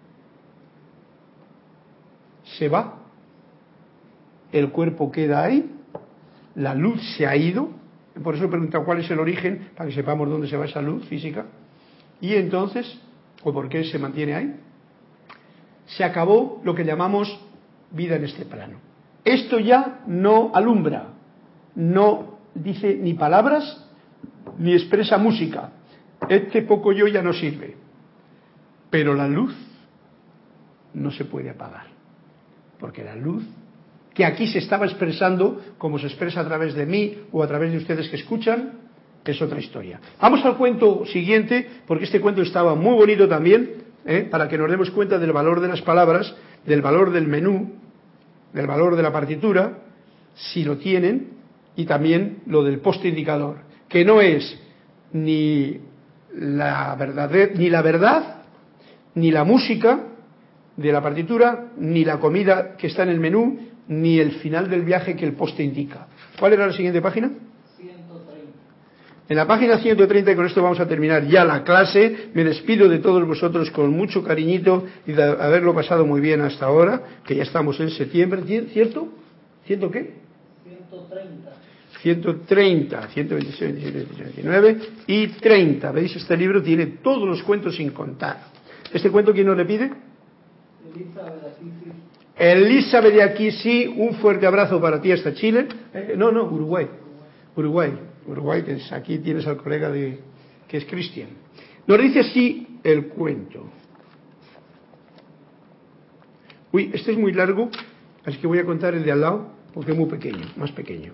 Speaker 1: se va, el cuerpo queda ahí, la luz se ha ido, por eso he preguntado cuál es el origen, para que sepamos dónde se va esa luz física, y entonces, o por qué se mantiene ahí, se acabó lo que llamamos vida en este plano. Esto ya no alumbra, no dice ni palabras, ni expresa música. Este poco yo ya no sirve. Pero la luz no se puede apagar. Porque la luz, que aquí se estaba expresando, como se expresa a través de mí o a través de ustedes que escuchan, es otra historia. Vamos al cuento siguiente, porque este cuento estaba muy bonito también, para que nos demos cuenta del valor de las palabras, del valor del menú, del valor de la partitura, si lo tienen, y también lo del poste indicador, que no es ni la verdad, ni la música de la partitura, ni la comida que está en el menú, ni el final del viaje que el poste indica. ¿Cuál era la siguiente página?
Speaker 2: 130.
Speaker 1: En la página 130, y con esto vamos a terminar ya la clase, me despido de todos vosotros con mucho cariñito y de haberlo pasado muy bien hasta ahora, que ya estamos en septiembre, ¿cierto? ¿Ciento qué?
Speaker 2: 130.
Speaker 1: 130, 126, 127, 129 y 30. ¿Veis? Este libro tiene todos los cuentos sin contar. ¿Este cuento quién nos le pide?
Speaker 2: Elizabeth, aquí sí.
Speaker 1: Elizabeth de aquí sí, un fuerte abrazo para ti hasta Chile. Uruguay. Uruguay, que es, aquí tienes al colega que es Cristian. Nos dice así el cuento. Uy, este es muy largo, así que voy a contar el de al lado, porque es muy pequeño, más pequeño.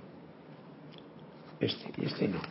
Speaker 1: Este no.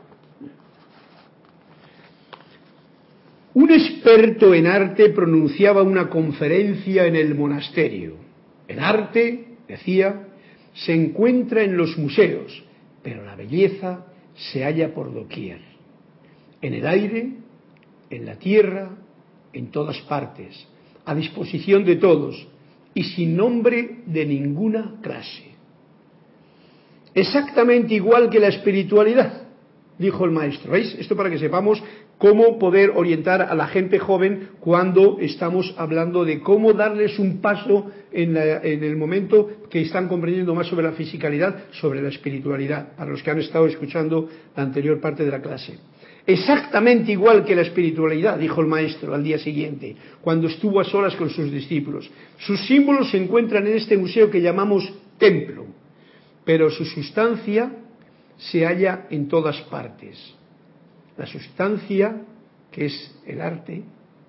Speaker 1: Un experto en arte pronunciaba una conferencia en el monasterio. El arte, decía, se encuentra en los museos, pero la belleza se halla por doquier. En el aire, en la tierra, en todas partes, a disposición de todos y sin nombre de ninguna clase. Exactamente igual que la espiritualidad, dijo el maestro. ¿Veis? Esto para que sepamos cómo poder orientar a la gente joven cuando estamos hablando de cómo darles un paso en el momento que están comprendiendo más sobre la fisicalidad, sobre la espiritualidad, para los que han estado escuchando la anterior parte de la clase. Exactamente igual que la espiritualidad, dijo el maestro al día siguiente, cuando estuvo a solas con sus discípulos. Sus símbolos se encuentran en este museo que llamamos templo, pero su sustancia se halla en todas partes. La sustancia, que es el arte,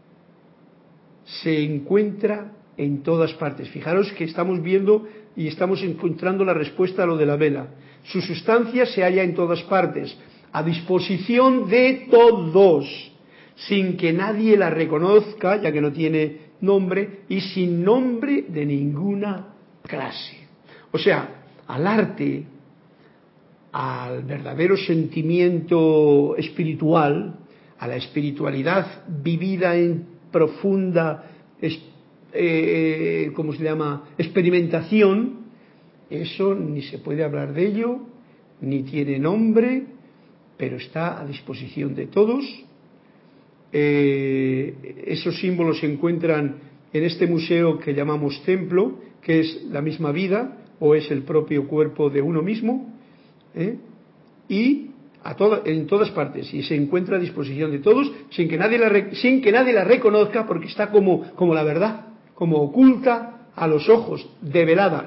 Speaker 1: se encuentra en todas partes. Fijaros que estamos viendo y estamos encontrando la respuesta a lo de la vela. Su sustancia se halla en todas partes, a disposición de todos, sin que nadie la reconozca, ya que no tiene nombre, y sin nombre de ninguna clase. O sea, al arte, al verdadero sentimiento espiritual, a la espiritualidad vivida en profunda, ¿cómo se llama?, experimentación, eso ni se puede hablar de ello, ni tiene nombre, pero está a disposición de todos. Esos símbolos se encuentran en este museo que llamamos templo, que es la misma vida, o es el propio cuerpo de uno mismo, y en todas partes, y se encuentra a disposición de todos sin que nadie la reconozca, porque está como la verdad, como oculta a los ojos, velada,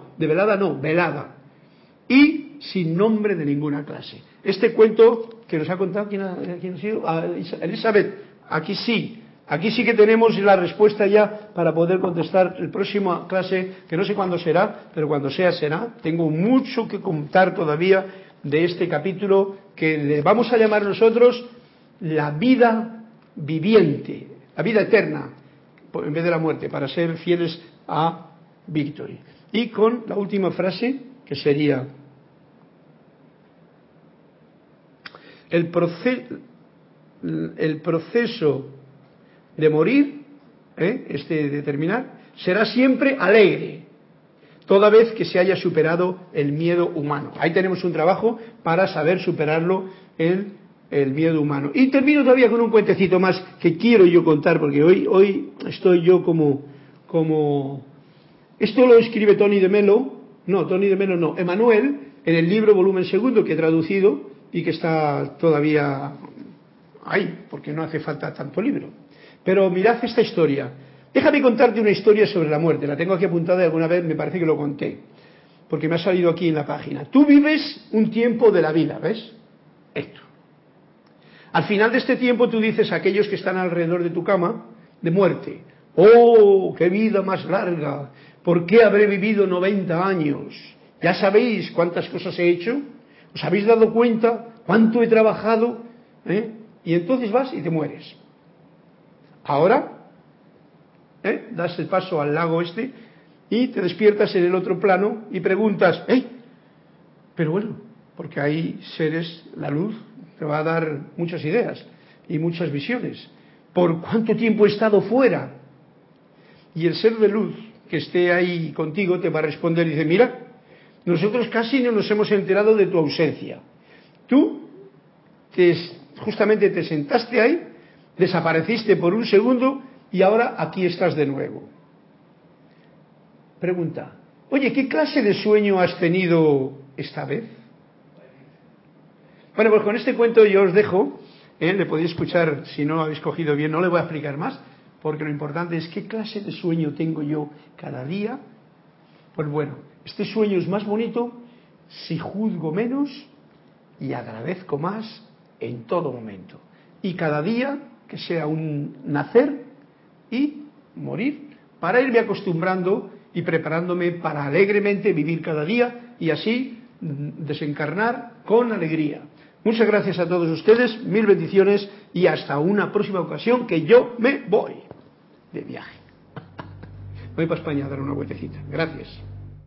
Speaker 1: y sin nombre de ninguna clase. Este cuento que nos ha contado, ¿quién ha sido? Elizabeth, aquí sí que tenemos la respuesta ya para poder contestar la próxima clase, que no sé cuándo será, pero cuando sea será. Tengo mucho que contar todavía de este capítulo que le vamos a llamar nosotros la vida viviente, la vida eterna, en vez de la muerte, para ser fieles a Victory. Y con la última frase, que sería: el proceso de morir, de terminar, será siempre alegre, toda vez que se haya superado el miedo humano. Ahí tenemos un trabajo para saber superarlo, el miedo humano. Y termino todavía con un cuentecito más que quiero yo contar, porque hoy estoy yo como esto lo escribe Tony de Melo, Emanuel, en el libro volumen segundo que he traducido y que está todavía ahí, porque no hace falta tanto libro. Pero mirad esta historia. Déjame contarte una historia sobre la muerte. La tengo aquí apuntada y alguna vez me parece que lo conté, porque me ha salido aquí en la página. Tú vives un tiempo de la vida, ¿ves? Esto. Al final de este tiempo tú dices a aquellos que están alrededor de tu cama de muerte: ¡oh, qué vida más larga! ¿Por qué habré vivido 90 años? ¿Ya sabéis cuántas cosas he hecho? ¿Os habéis dado cuenta cuánto he trabajado? Y entonces vas y te mueres. Ahora, das el paso al lago y te despiertas en el otro plano y preguntas: pero bueno, porque hay seres, la luz te va a dar muchas ideas y muchas visiones. ¿Por cuánto tiempo he estado fuera? Y el ser de luz que esté ahí contigo te va a responder y dice: mira, nosotros casi no nos hemos enterado de tu ausencia. Tú justamente te sentaste ahí, desapareciste por un segundo y ahora aquí estás de nuevo. Pregunta: oye, ¿qué clase de sueño has tenido esta vez? Bueno, pues con este cuento yo os dejo, le podéis escuchar si no lo habéis cogido bien, no le voy a explicar más, porque lo importante es qué clase de sueño tengo yo cada día. Pues bueno, este sueño es más bonito si juzgo menos y agradezco más en todo momento. Y cada día que sea un nacer y morir, para irme acostumbrando y preparándome para alegremente vivir cada día y así desencarnar con alegría. Muchas gracias a todos ustedes, mil bendiciones y hasta una próxima ocasión, que yo me voy de viaje. Voy para España a dar una vueltecita. Gracias.